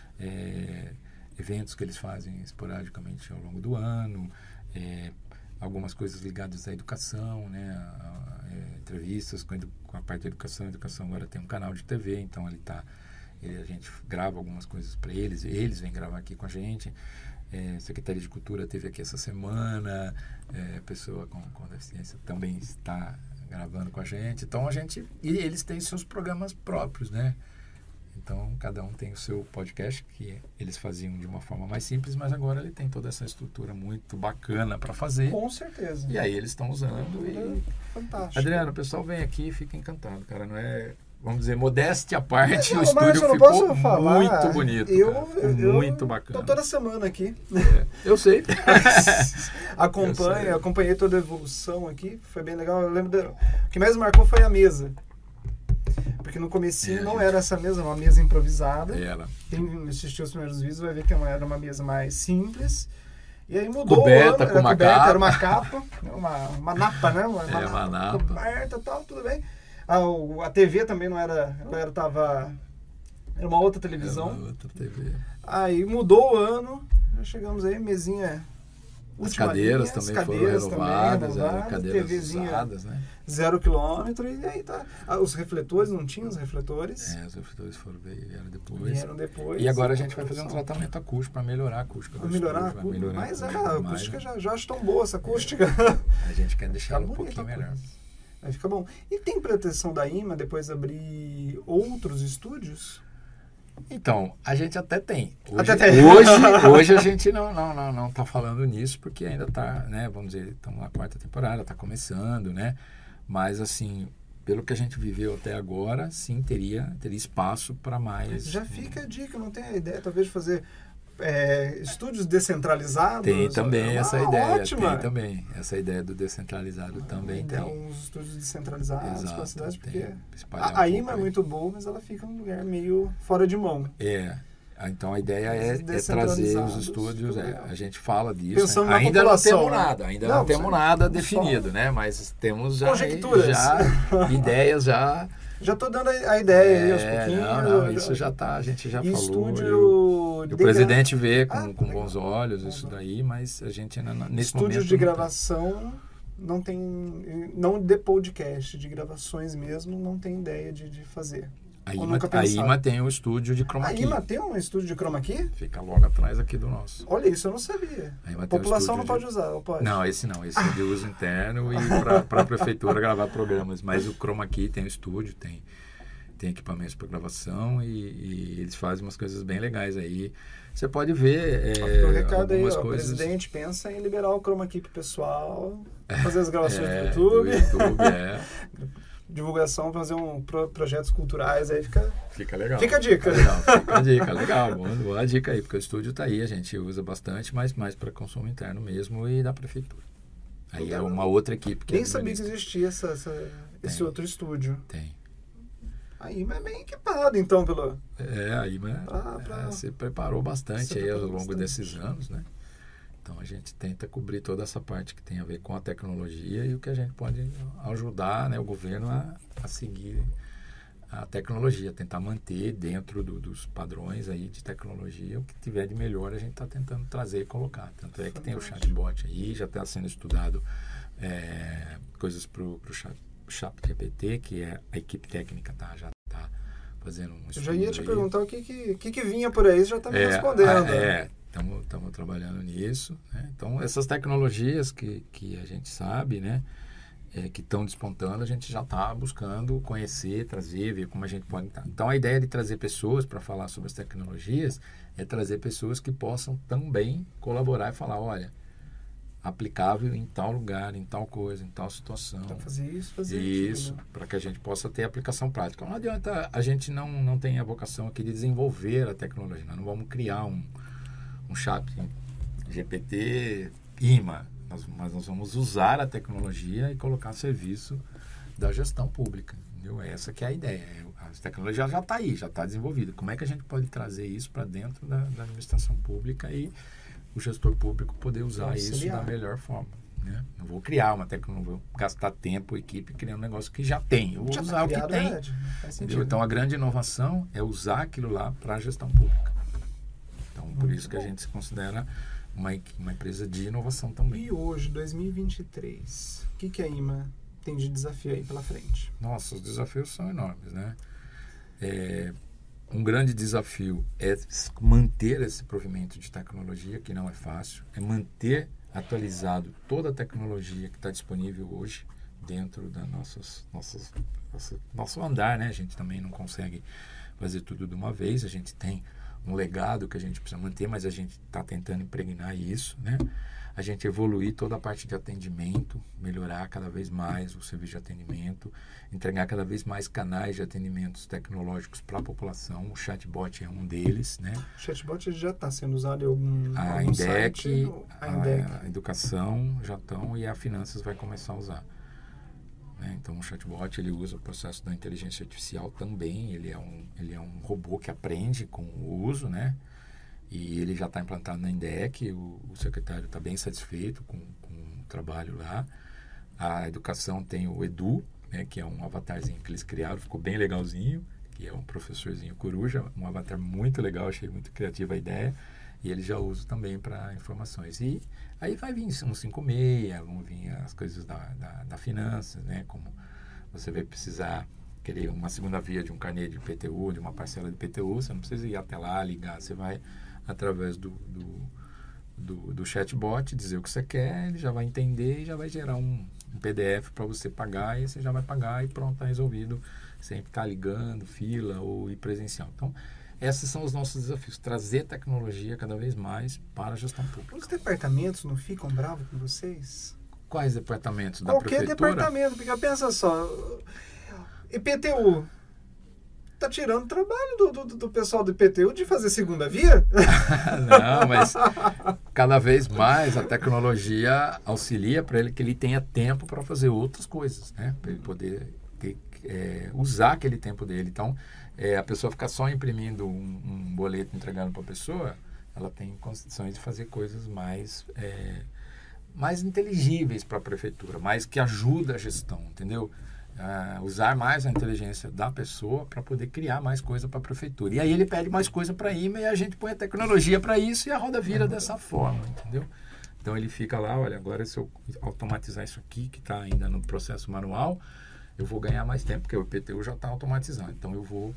eventos que eles fazem esporadicamente ao longo do ano, algumas coisas ligadas à educação, né, entrevistas com a parte da educação. A educação agora tem um canal de TV, então a gente grava algumas coisas para eles vêm gravar aqui com a gente. Secretaria de Cultura teve aqui essa semana, pessoa com deficiência também está gravando com a gente. Então e eles têm seus programas próprios, né? Então cada um tem o seu podcast, que eles faziam de uma forma mais simples, mas agora ele tem toda essa estrutura muito bacana para fazer. Com certeza. E aí eles estão usando. Fantástico. Adriano, o pessoal vem aqui e fica encantado, cara. Não é, vamos dizer, modéstia à parte, o mas estúdio ficou muito bonito. Muito bacana. Estou toda semana aqui. Eu sei. Acompanhei toda a evolução aqui. Foi bem legal. Eu lembro o que mais marcou foi a mesa. Porque no comecinho não era essa mesa, uma mesa improvisada. Quem assistiu os primeiros vídeos vai ver que era uma mesa mais simples. E aí mudou. Coberta com uma capa. Era uma capa, uma napa, né? Uma napa. Coberta e tal, tudo bem. A TV também não era... Era uma outra televisão. Era uma outra TV. Aí mudou o ano, já chegamos aí, mesinha... As cadeiras também foram renovadas, cadeiras TVzinha usadas, né? 0 km, e aí tá. Os refletores, não tinham os refletores? Os refletores vieram depois. depois. E agora a gente vai fazer um tratamento acústico para melhorar a acústica. Melhorar a acústica? Mas a acústica já acho tão boa, essa acústica. A gente quer deixar ela um pouquinho melhor. Aí fica bom. E tem pretensão da IMA depois abrir outros estúdios? Então, a gente até tem. Hoje a gente não está falando nisso, porque ainda está, né, vamos dizer, estamos na 4ª temporada, está começando, né? Mas, assim, pelo que a gente viveu até agora, sim, teria espaço para mais. Já fica a dica, não tem a ideia, talvez, de fazer estúdios descentralizados? Tem também essa ideia. Ótima. Tem também. Essa ideia do descentralizado também tem. Uns estúdios descentralizados para a cidade, porque a IMA é muito boa, mas ela fica num lugar meio fora de mão. Então a ideia é trazer os estúdios, a gente fala disso. Pensando na ainda população, não temos nada definido, né? Mas temos já ideias já. Já estou dando a ideia aí aos pouquinhos. Isso já tá, a gente já falou. Estúdio o presidente vê com bons olhos isso daí, mas a gente ainda nesse momento... Estúdios de gravação não de podcast, de gravações mesmo, não tem ideia de fazer. A IMA tem um estúdio de chroma key. A IMA tem um estúdio de chroma key? Fica logo atrás aqui do nosso. Olha, isso eu não sabia. A população não pode usar, ou pode? Não, esse não. Esse é de uso interno e para a prefeitura gravar programas. Mas o chroma key tem o estúdio, tem tem equipamentos para gravação e eles fazem umas coisas bem legais aí. Você pode ver um recado algumas aí, coisas... O presidente pensa em liberar o Chroma Key pro pessoal, fazer as gravações do YouTube. Divulgação, fazer projetos culturais, aí fica legal. Fica a dica. Fica a dica, legal. Boa dica aí, porque o estúdio está aí, a gente usa bastante, mas mais para consumo interno mesmo e da prefeitura. Aí então, é uma outra equipe que nem sabia que existia esse outro estúdio. Tem. A IMA é bem equipada, então, pelo... a IMA se preparou bastante aí ao longo desses anos, né? Então, a gente tenta cobrir toda essa parte que tem a ver com a tecnologia e o que a gente pode ajudar, né, o governo a seguir a tecnologia, tentar manter dentro dos padrões aí de tecnologia o que tiver de melhor a gente está tentando trazer e colocar. Tanto é que tem o chatbot aí, já está sendo estudado coisas para o ChatGPT, que é a equipe técnica já está fazendo um estudo. Eu já ia te perguntar o que vinha por aí, você já está me respondendo. Estamos trabalhando nisso, né? Então, essas tecnologias que a gente sabe, né, que estão despontando, a gente já está buscando conhecer, trazer, ver como a gente pode... Então, a ideia de trazer pessoas para falar sobre as tecnologias é trazer pessoas que possam também colaborar e falar, olha, aplicável em tal lugar, em tal coisa, em tal situação. Então, fazer isso, isso, para que a gente possa ter aplicação prática. Não adianta, a gente não tem a vocação aqui de desenvolver a tecnologia, nós não vamos criar um chat GPT IMA, mas nós vamos usar a tecnologia e colocar a serviço da gestão pública, entendeu? Essa que é a ideia. A tecnologia já está aí, já está desenvolvida. Como é que a gente pode trazer isso para dentro da administração pública e o gestor público poder usar isso da melhor forma, né? Não vou criar uma tecnologia, não vou gastar tempo, equipe, criando um negócio que já tem. Eu vou usar o que tem. Então, a grande inovação é usar aquilo lá para a gestão pública. Então, por isso que a gente se considera uma empresa de inovação também. E hoje, 2023, o que a IMA tem de desafio aí pela frente? Nossa, os desafios são enormes, né? Um grande desafio é manter esse provimento de tecnologia, que não é fácil, é manter atualizado toda a tecnologia que está disponível hoje dentro da nosso andar, né? A gente também não consegue fazer tudo de uma vez, a gente tem um legado que a gente precisa manter, mas a gente está tentando impregnar isso, né? A gente evoluir toda a parte de atendimento, melhorar cada vez mais o serviço de atendimento, entregar cada vez mais canais de atendimentos tecnológicos para a população. O chatbot é um deles, né? O chatbot já está sendo usado em algum a Indec, site? A educação já estão e a finanças vai começar a usar. Então, o chatbot ele usa o processo da inteligência artificial também. Ele é um robô que aprende com o uso, né? E ele já está implantado na Indec. O secretário está bem satisfeito com o trabalho lá. A educação tem o Edu, né? Que é um avatarzinho que eles criaram, ficou bem legalzinho, que é um professorzinho coruja, um avatar muito legal, achei muito criativa a ideia. E ele já usa também para informações. E aí vai vir um 56, vão vir as coisas da finanças, né? Como você vai precisar querer uma segunda via de um carnê de IPTU, de uma parcela de IPTU, você não precisa ir até lá, ligar, você vai através do chatbot, dizer o que você quer, ele já vai entender e já vai gerar um PDF para você pagar, e você já vai pagar e pronto, está resolvido, sem ficar ligando, fila ou ir presencial. Então, esses são os nossos desafios, trazer tecnologia cada vez mais para a gestão pública. Os departamentos não ficam bravos com vocês? Quais departamentos da prefeitura? Qualquer departamento, porque pensa só, IPTU está tirando o trabalho do pessoal do IPTU de fazer segunda via? Não, mas cada vez mais a tecnologia auxilia para ele que ele tenha tempo para fazer outras coisas, né? Para ele poder usar aquele tempo dele. Então, a pessoa ficar só imprimindo um boleto entregando para a pessoa, ela tem condições de fazer coisas mais inteligíveis para a prefeitura, mais que ajuda a gestão, entendeu? Usar mais a inteligência da pessoa para poder criar mais coisa para a prefeitura. E aí ele pede mais coisa para a IMA e a gente põe a tecnologia para isso e a roda vira dessa forma, entendeu? Então ele fica lá, olha, agora se eu automatizar isso aqui, que está ainda no processo manual, eu vou ganhar mais tempo, porque o IPTU já está automatizado. Então eu vou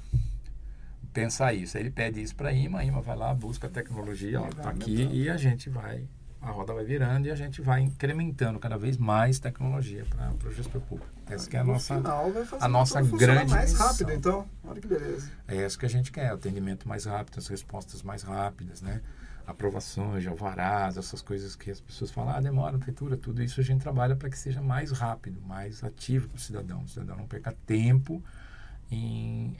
pensar isso. Aí ele pede isso para a IMA vai lá, busca a tecnologia, está aqui e a gente vai a roda vai virando e a gente vai incrementando cada vez mais tecnologia para o gestor público. Essa que é a nossa, a nossa grande mais missão. rápido, então. Olha que beleza. É isso que a gente quer, atendimento mais rápido, as respostas mais rápidas, né? Aprovações, alvarás, essas coisas que as pessoas falam, demora, prefeitura, tudo isso a gente trabalha para que seja mais rápido, mais ativo para o cidadão não perca tempo em,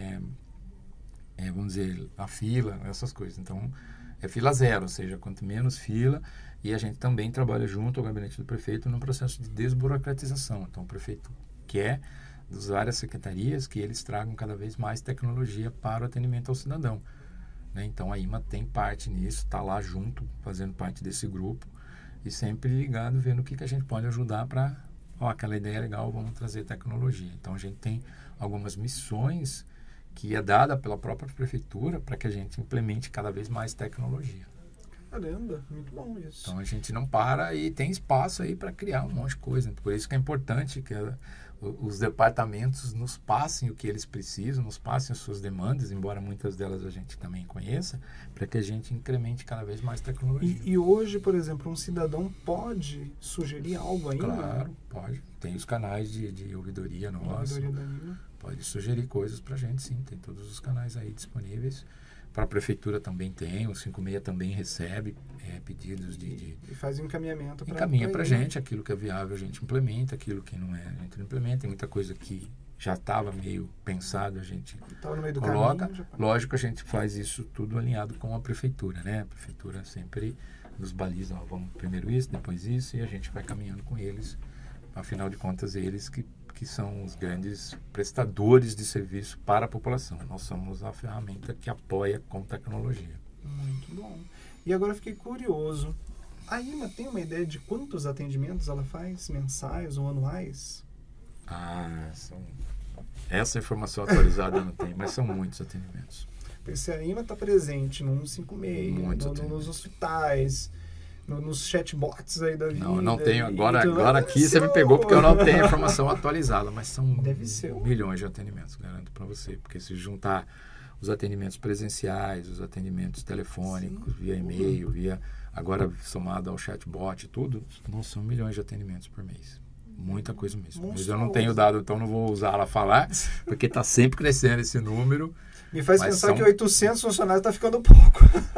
vamos dizer, a fila, essas coisas. Então, é fila zero, ou seja, quanto menos fila, e a gente também trabalha junto ao gabinete do prefeito no processo de desburocratização. Então, o prefeito quer das várias secretarias que eles tragam cada vez mais tecnologia para o atendimento ao cidadão. Né? Então, a IMA tem parte nisso, está lá junto, fazendo parte desse grupo, e sempre ligado, vendo o que a gente pode ajudar para, aquela ideia é legal, vamos trazer tecnologia. Então, a gente tem algumas missões que é dada pela própria prefeitura para que a gente implemente cada vez mais tecnologia. Caramba, muito bom isso. Então a gente não para e tem espaço aí para criar um monte de coisa. Por isso que é importante que os departamentos nos passem o que eles precisam, nos passem as suas demandas, embora muitas delas a gente também conheça, para que a gente incremente cada vez mais tecnologia. E hoje, por exemplo, um cidadão pode sugerir algo ainda? Claro, pode. Tem os canais de ouvidoria nossos. Pode sugerir coisas para a gente, sim. Tem todos os canais aí disponíveis. Para a prefeitura também tem, o 56 também recebe pedidos de... E faz um encaminhamento para... Encaminha para a gente, aquilo que é viável a gente implementa, aquilo que não é a gente não implementa. Tem muita coisa que já estava meio pensado, a gente no meio do coloca. Caminho, Lógico, a gente faz isso tudo alinhado com a prefeitura, né? A prefeitura sempre nos baliza, vamos primeiro isso, depois isso, e a gente vai caminhando com eles. Afinal de contas, eles que são os grandes prestadores de serviço para a população. Nós somos a ferramenta que apoia com tecnologia. Muito bom. E agora eu fiquei curioso. A IMA tem uma ideia de quantos atendimentos ela faz, mensais ou anuais? Essa informação atualizada eu não tenho, mas são muitos atendimentos. Porque se a IMA está presente no 156, nos hospitais, nos chatbots aí da vida. Não tenho. Agora aqui você me pegou porque eu não tenho a informação atualizada, mas são milhões de atendimentos, garanto para você. Porque se juntar os atendimentos presenciais, os atendimentos telefônicos, via e-mail, agora somado ao chatbot e tudo, não são milhões de atendimentos por mês. Muita coisa mesmo. Mas eu não tenho dado, então não vou usar ela falar, porque está sempre crescendo esse número. Me faz pensar que 800 funcionários está ficando pouco.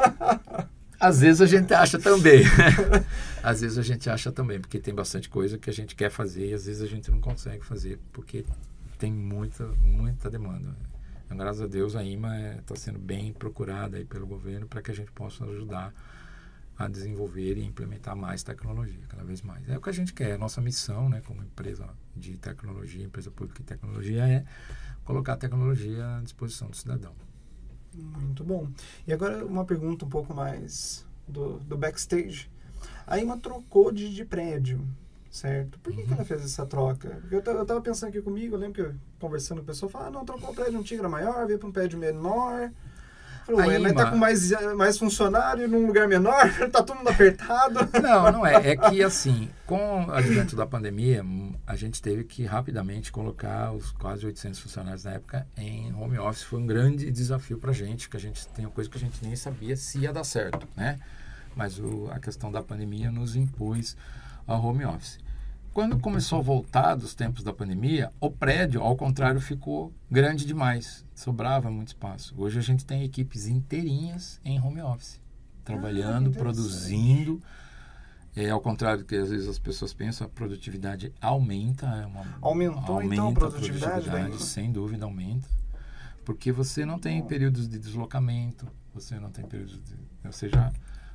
Às vezes a gente acha também. Às vezes a gente acha também, porque tem bastante coisa que a gente quer fazer e às vezes a gente não consegue fazer, porque tem muita demanda. Então, graças a Deus, a IMA está sendo bem procurada aí pelo governo para que a gente possa ajudar a desenvolver e implementar mais tecnologia, cada vez mais. É o que a gente quer, a nossa missão, né, como empresa de tecnologia, empresa pública de tecnologia, é colocar a tecnologia à disposição do cidadão. Muito bom. E agora uma pergunta um pouco mais do backstage. A IMA trocou de prédio, certo? Por que ela fez essa troca? Porque eu estava pensando aqui comigo, eu lembro que eu, conversando com a pessoa, falava, não, trocou o prédio antigo, era maior, veio para um prédio menor. Falei, mas tá com mais funcionário num lugar menor? Tá todo mundo apertado? Não é. É que, assim, com o advento da pandemia, a gente teve que rapidamente colocar os quase 800 funcionários na época em home office. Foi um grande desafio pra gente, que a gente tem uma coisa que a gente nem sabia se ia dar certo, né? Mas a questão da pandemia nos impôs ao home office. Quando começou a voltar dos tempos da pandemia, o prédio, ao contrário, ficou grande demais. Sobrava muito espaço. Hoje a gente tem equipes inteirinhas em home office, trabalhando, produzindo. Ao contrário do que às vezes as pessoas pensam, a produtividade aumenta. Aumentou então a produtividade? Sem dúvida aumenta. Porque você não tem períodos de deslocamento, você não tem períodos de... Você já...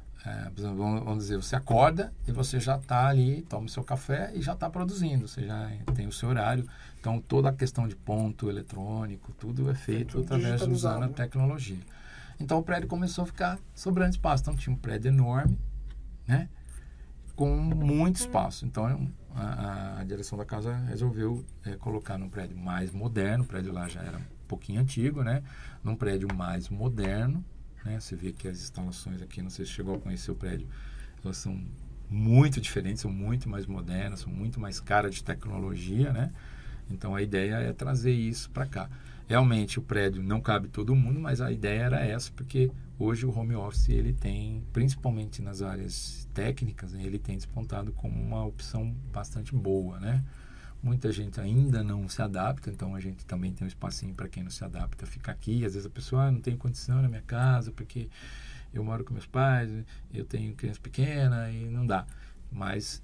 vamos dizer, você acorda e você já está ali, toma o seu café e já está produzindo, você já tem o seu horário. Então, toda a questão de ponto eletrônico, tudo é feito através de usando a tecnologia. Então, o prédio começou a ficar sobrando espaço. Então, tinha um prédio enorme, né, com muito espaço. Então, a direção da casa resolveu colocar num prédio mais moderno. O prédio lá já era um pouquinho antigo, né, num prédio mais moderno. Você vê que as instalações aqui, não sei se chegou a conhecer o prédio, elas são muito diferentes, são muito mais modernas, são muito mais caras de tecnologia, né? Então a ideia é trazer isso para cá. Realmente o prédio não cabe todo mundo, mas a ideia era essa, porque hoje o home office, ele tem, principalmente nas áreas técnicas, né, ele tem despontado como uma opção bastante boa, né? Muita gente ainda não se adapta, então a gente também tem um espacinho para quem não se adapta ficar aqui. Às vezes a pessoa não tem condição na minha casa, porque eu moro com meus pais, eu tenho criança pequena e não dá. Mas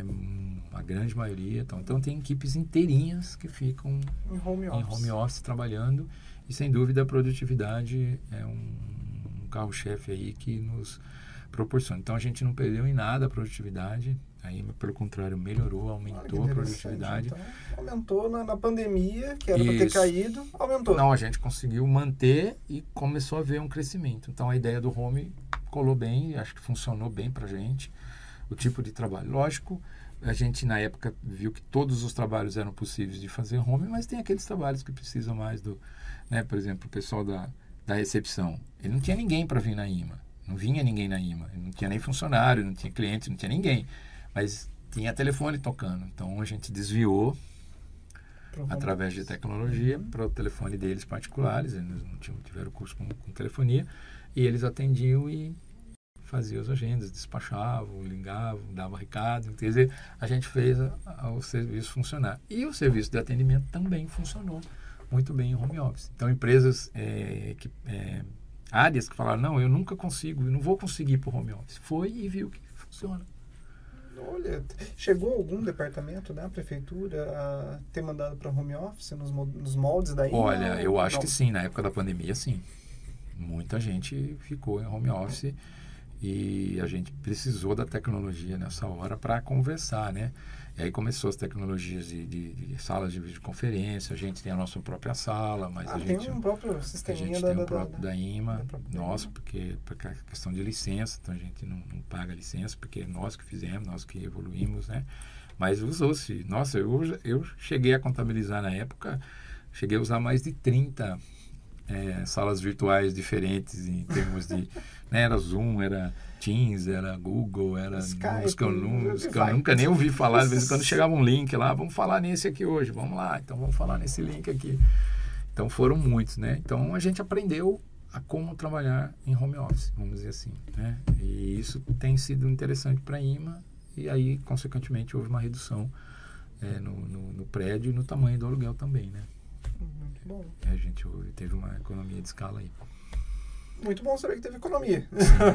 a grande maioria... Então tem equipes inteirinhas que ficam em home office trabalhando, e sem dúvida a produtividade é um carro-chefe aí que nos proporciona. Então a gente não perdeu em nada a produtividade, aí pelo contrário melhorou, aumentou a produtividade. Então, aumentou na pandemia, que era para ter caído, aumentou. Não, a gente conseguiu manter e começou a ver um crescimento. Então a ideia do home colou bem, acho que funcionou bem para a gente, o tipo de trabalho. Lógico, a gente na época viu que todos os trabalhos eram possíveis de fazer home, mas tem aqueles trabalhos que precisam mais do, né, por exemplo, o pessoal da recepção, ele não tinha ninguém para vir na IMA, não vinha ninguém na IMA, não tinha nem funcionário, não tinha cliente, não tinha ninguém, mas tinha telefone tocando, então a gente desviou através de tecnologia para o telefone deles particulares, eles não tiveram curso com telefonia, e eles atendiam e faziam as agendas, despachavam, ligavam, davam recado, quer dizer, a gente fez o serviço funcionar. E o serviço de atendimento também funcionou muito bem em home office. Então, empresas, áreas que falaram, não, eu nunca consigo, eu não vou conseguir ir para o home office. Foi e viu que funciona. Olha, chegou algum departamento da prefeitura a ter mandado para home office nos moldes da IMA? Olha, eu acho que sim, na época da pandemia, sim. Muita gente ficou em home office e a gente precisou da tecnologia nessa hora para conversar, né? E aí começou as tecnologias de salas de videoconferência, a gente tem a nossa própria sala, mas a gente tem um próprio sisteminha tem o próprio da IMA, nosso, porque a questão de licença, então a gente não paga licença, porque é nós que fizemos, nós que evoluímos, né? Mas usou-se. Nossa, eu cheguei a contabilizar na época, cheguei a usar mais de 30 salas virtuais diferentes em termos de... né, era Zoom, era Teams, era Google, era Skype, que eu nunca nem ouvi falar. Às vezes quando chegava um link lá, vamos falar nesse aqui hoje, vamos lá, então vamos falar nesse link aqui. Então foram muitos, né? Então a gente aprendeu a como trabalhar em home office, vamos dizer assim, né? E isso tem sido interessante para a IMA, e aí, consequentemente, houve uma redução no prédio e no tamanho do aluguel também, né? Muito bom. A gente teve uma economia de escala aí. Muito bom saber que teve economia.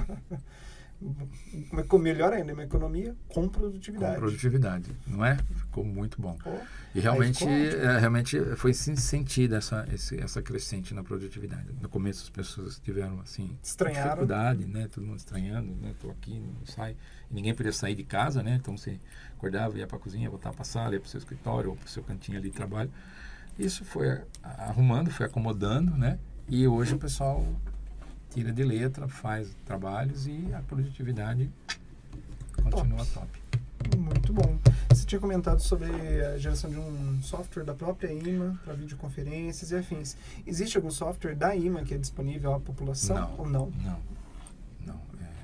Melhor ainda, uma economia com produtividade. Com produtividade, não é? Ficou muito bom. E realmente foi sentida essa crescente na produtividade. No começo as pessoas tiveram assim dificuldade, né? Todo mundo estranhando, né? Estou aqui, não sai. E ninguém podia sair de casa, né? Então você acordava, ia para a cozinha, voltava para a sala, ia para o seu escritório ou para o seu cantinho ali de trabalho. Isso foi arrumando, foi acomodando, né? E hoje o pessoal tira de letra, faz trabalhos e a produtividade continua top. Muito bom. Você tinha comentado sobre a geração de um software da própria IMA para videoconferências e afins. Existe algum software da IMA que é disponível à população ou não? Não.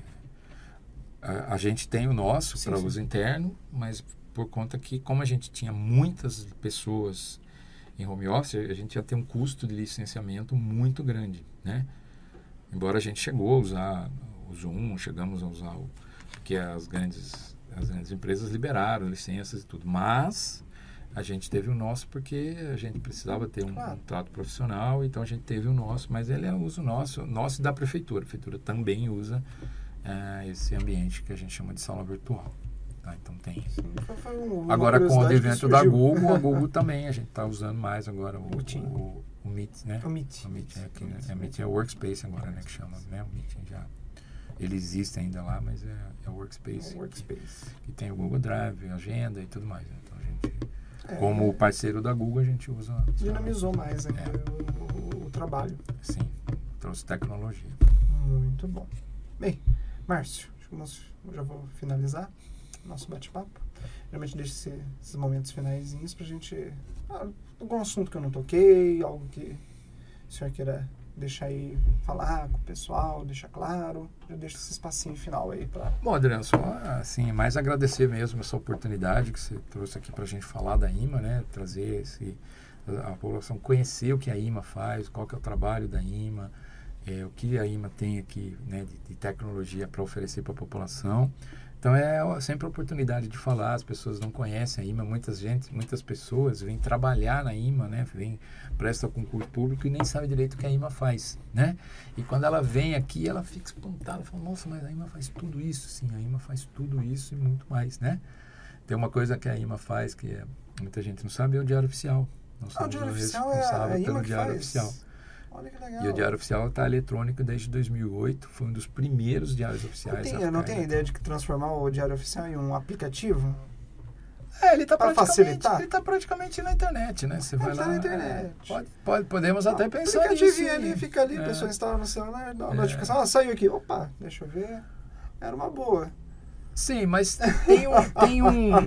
A gente tem o nosso para uso interno, mas por conta que, como a gente tinha muitas pessoas em home office, a gente ia ter um custo de licenciamento muito grande, né? Embora a gente chegou a usar o Zoom, chegamos a usar porque as grandes empresas liberaram licenças e tudo, mas a gente teve o nosso porque a gente precisava ter um trato profissional, então a gente teve o nosso, mas ele usa o nosso da prefeitura. A prefeitura também usa esse ambiente que a gente chama de sala virtual. Tá? Então tem. Agora com o advento da Google, a Google também, a gente está usando mais agora o Meet, né? O Meet. Meet é o Workspace agora, né? Que chama, né? O Meet já... Ele existe ainda lá, mas é o Workspace. Que tem o Google Drive, agenda e tudo mais. Né? Então a gente, como parceiro da Google, a gente usa... Dinamizou mais o trabalho. Sim, trouxe tecnologia. Muito bom. Bem, Márcio, acho que eu já vou finalizar nosso bate-papo. Geralmente deixo esses momentos finaizinhos pra gente... algum assunto que eu não toquei, algo que o senhor queira deixar aí, falar com o pessoal, deixar claro. Eu deixo esse espacinho final aí para... Bom, Adriano, só assim, mais agradecer mesmo essa oportunidade que você trouxe aqui pra gente falar da IMA, né? Trazer a população conhecer o que a IMA faz, qual que é o trabalho da IMA, o que a IMA tem aqui, né, de tecnologia para oferecer para a população. Então é sempre a oportunidade de falar. As pessoas não conhecem a IMA, muitas pessoas vêm trabalhar na IMA, né, prestam concurso público e nem sabem direito o que a IMA faz, né? E quando ela vem aqui, ela fica espantada, fala, nossa, mas a IMA faz tudo isso. Sim, a IMA faz tudo isso e muito mais, né? Tem uma coisa que a IMA faz que muita gente não sabe, é o Diário Oficial. O Diário Oficial é a IMA que faz? Oficial. Olha que legal. E o Diário Oficial está eletrônico desde 2008, foi um dos primeiros diários oficiais. Não tem a ideia de que transformar o Diário Oficial em um aplicativo? Ele está praticamente na internet, né? Você vai lá na internet. Podemos até pensar nisso. Fica ali, a pessoa instala no celular, dá uma notificação, saiu aqui, opa, deixa eu ver, era uma boa. Sim, mas tem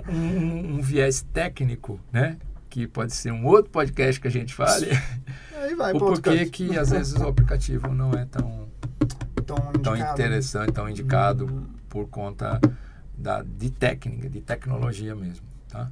um viés técnico, né? Que pode ser um outro podcast que a gente fale. Aí vai, o porquê que às vezes o aplicativo não é tão interessante, tão indicado por conta de técnica, de tecnologia mesmo, tá?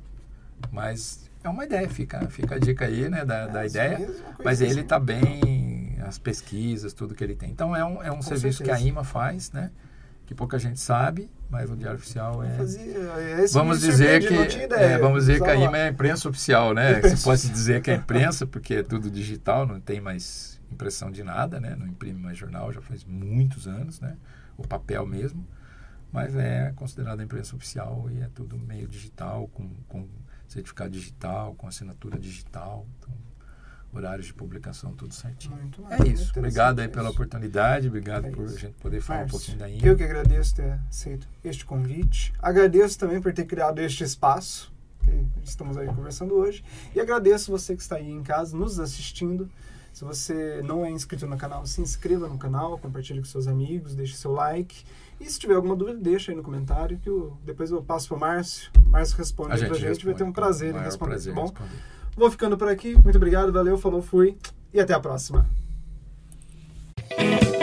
Mas é uma ideia, fica a dica aí, né, da ideia, mas ele está bem, as pesquisas, tudo que ele tem. Então é um serviço que a IMA faz, né? Que pouca gente sabe, mas o Diário Oficial vamos dizer que a IMA é a imprensa oficial, né? Se pode dizer que é imprensa, porque é tudo digital, não tem mais impressão de nada, né? Não imprime mais jornal, já faz muitos anos, né? O papel mesmo, mas é considerada a imprensa oficial e é tudo meio digital, com certificado digital, com assinatura digital, então, horários de publicação, tudo certinho. É isso. Obrigado aí pela oportunidade, obrigado por a gente poder falar um pouquinho da IMA. Eu que agradeço ter aceito este convite. Agradeço também por ter criado este espaço que estamos aí conversando hoje. E agradeço você que está aí em casa nos assistindo. Se você não é inscrito no canal, se inscreva no canal, compartilhe com seus amigos, deixe seu like. E se tiver alguma dúvida, deixa aí no comentário que depois eu passo para o Márcio. O Márcio responde pra gente, vai ter um prazer em responder, tá bom? Vou ficando por aqui. Muito obrigado, valeu, falou, fui. E até a próxima.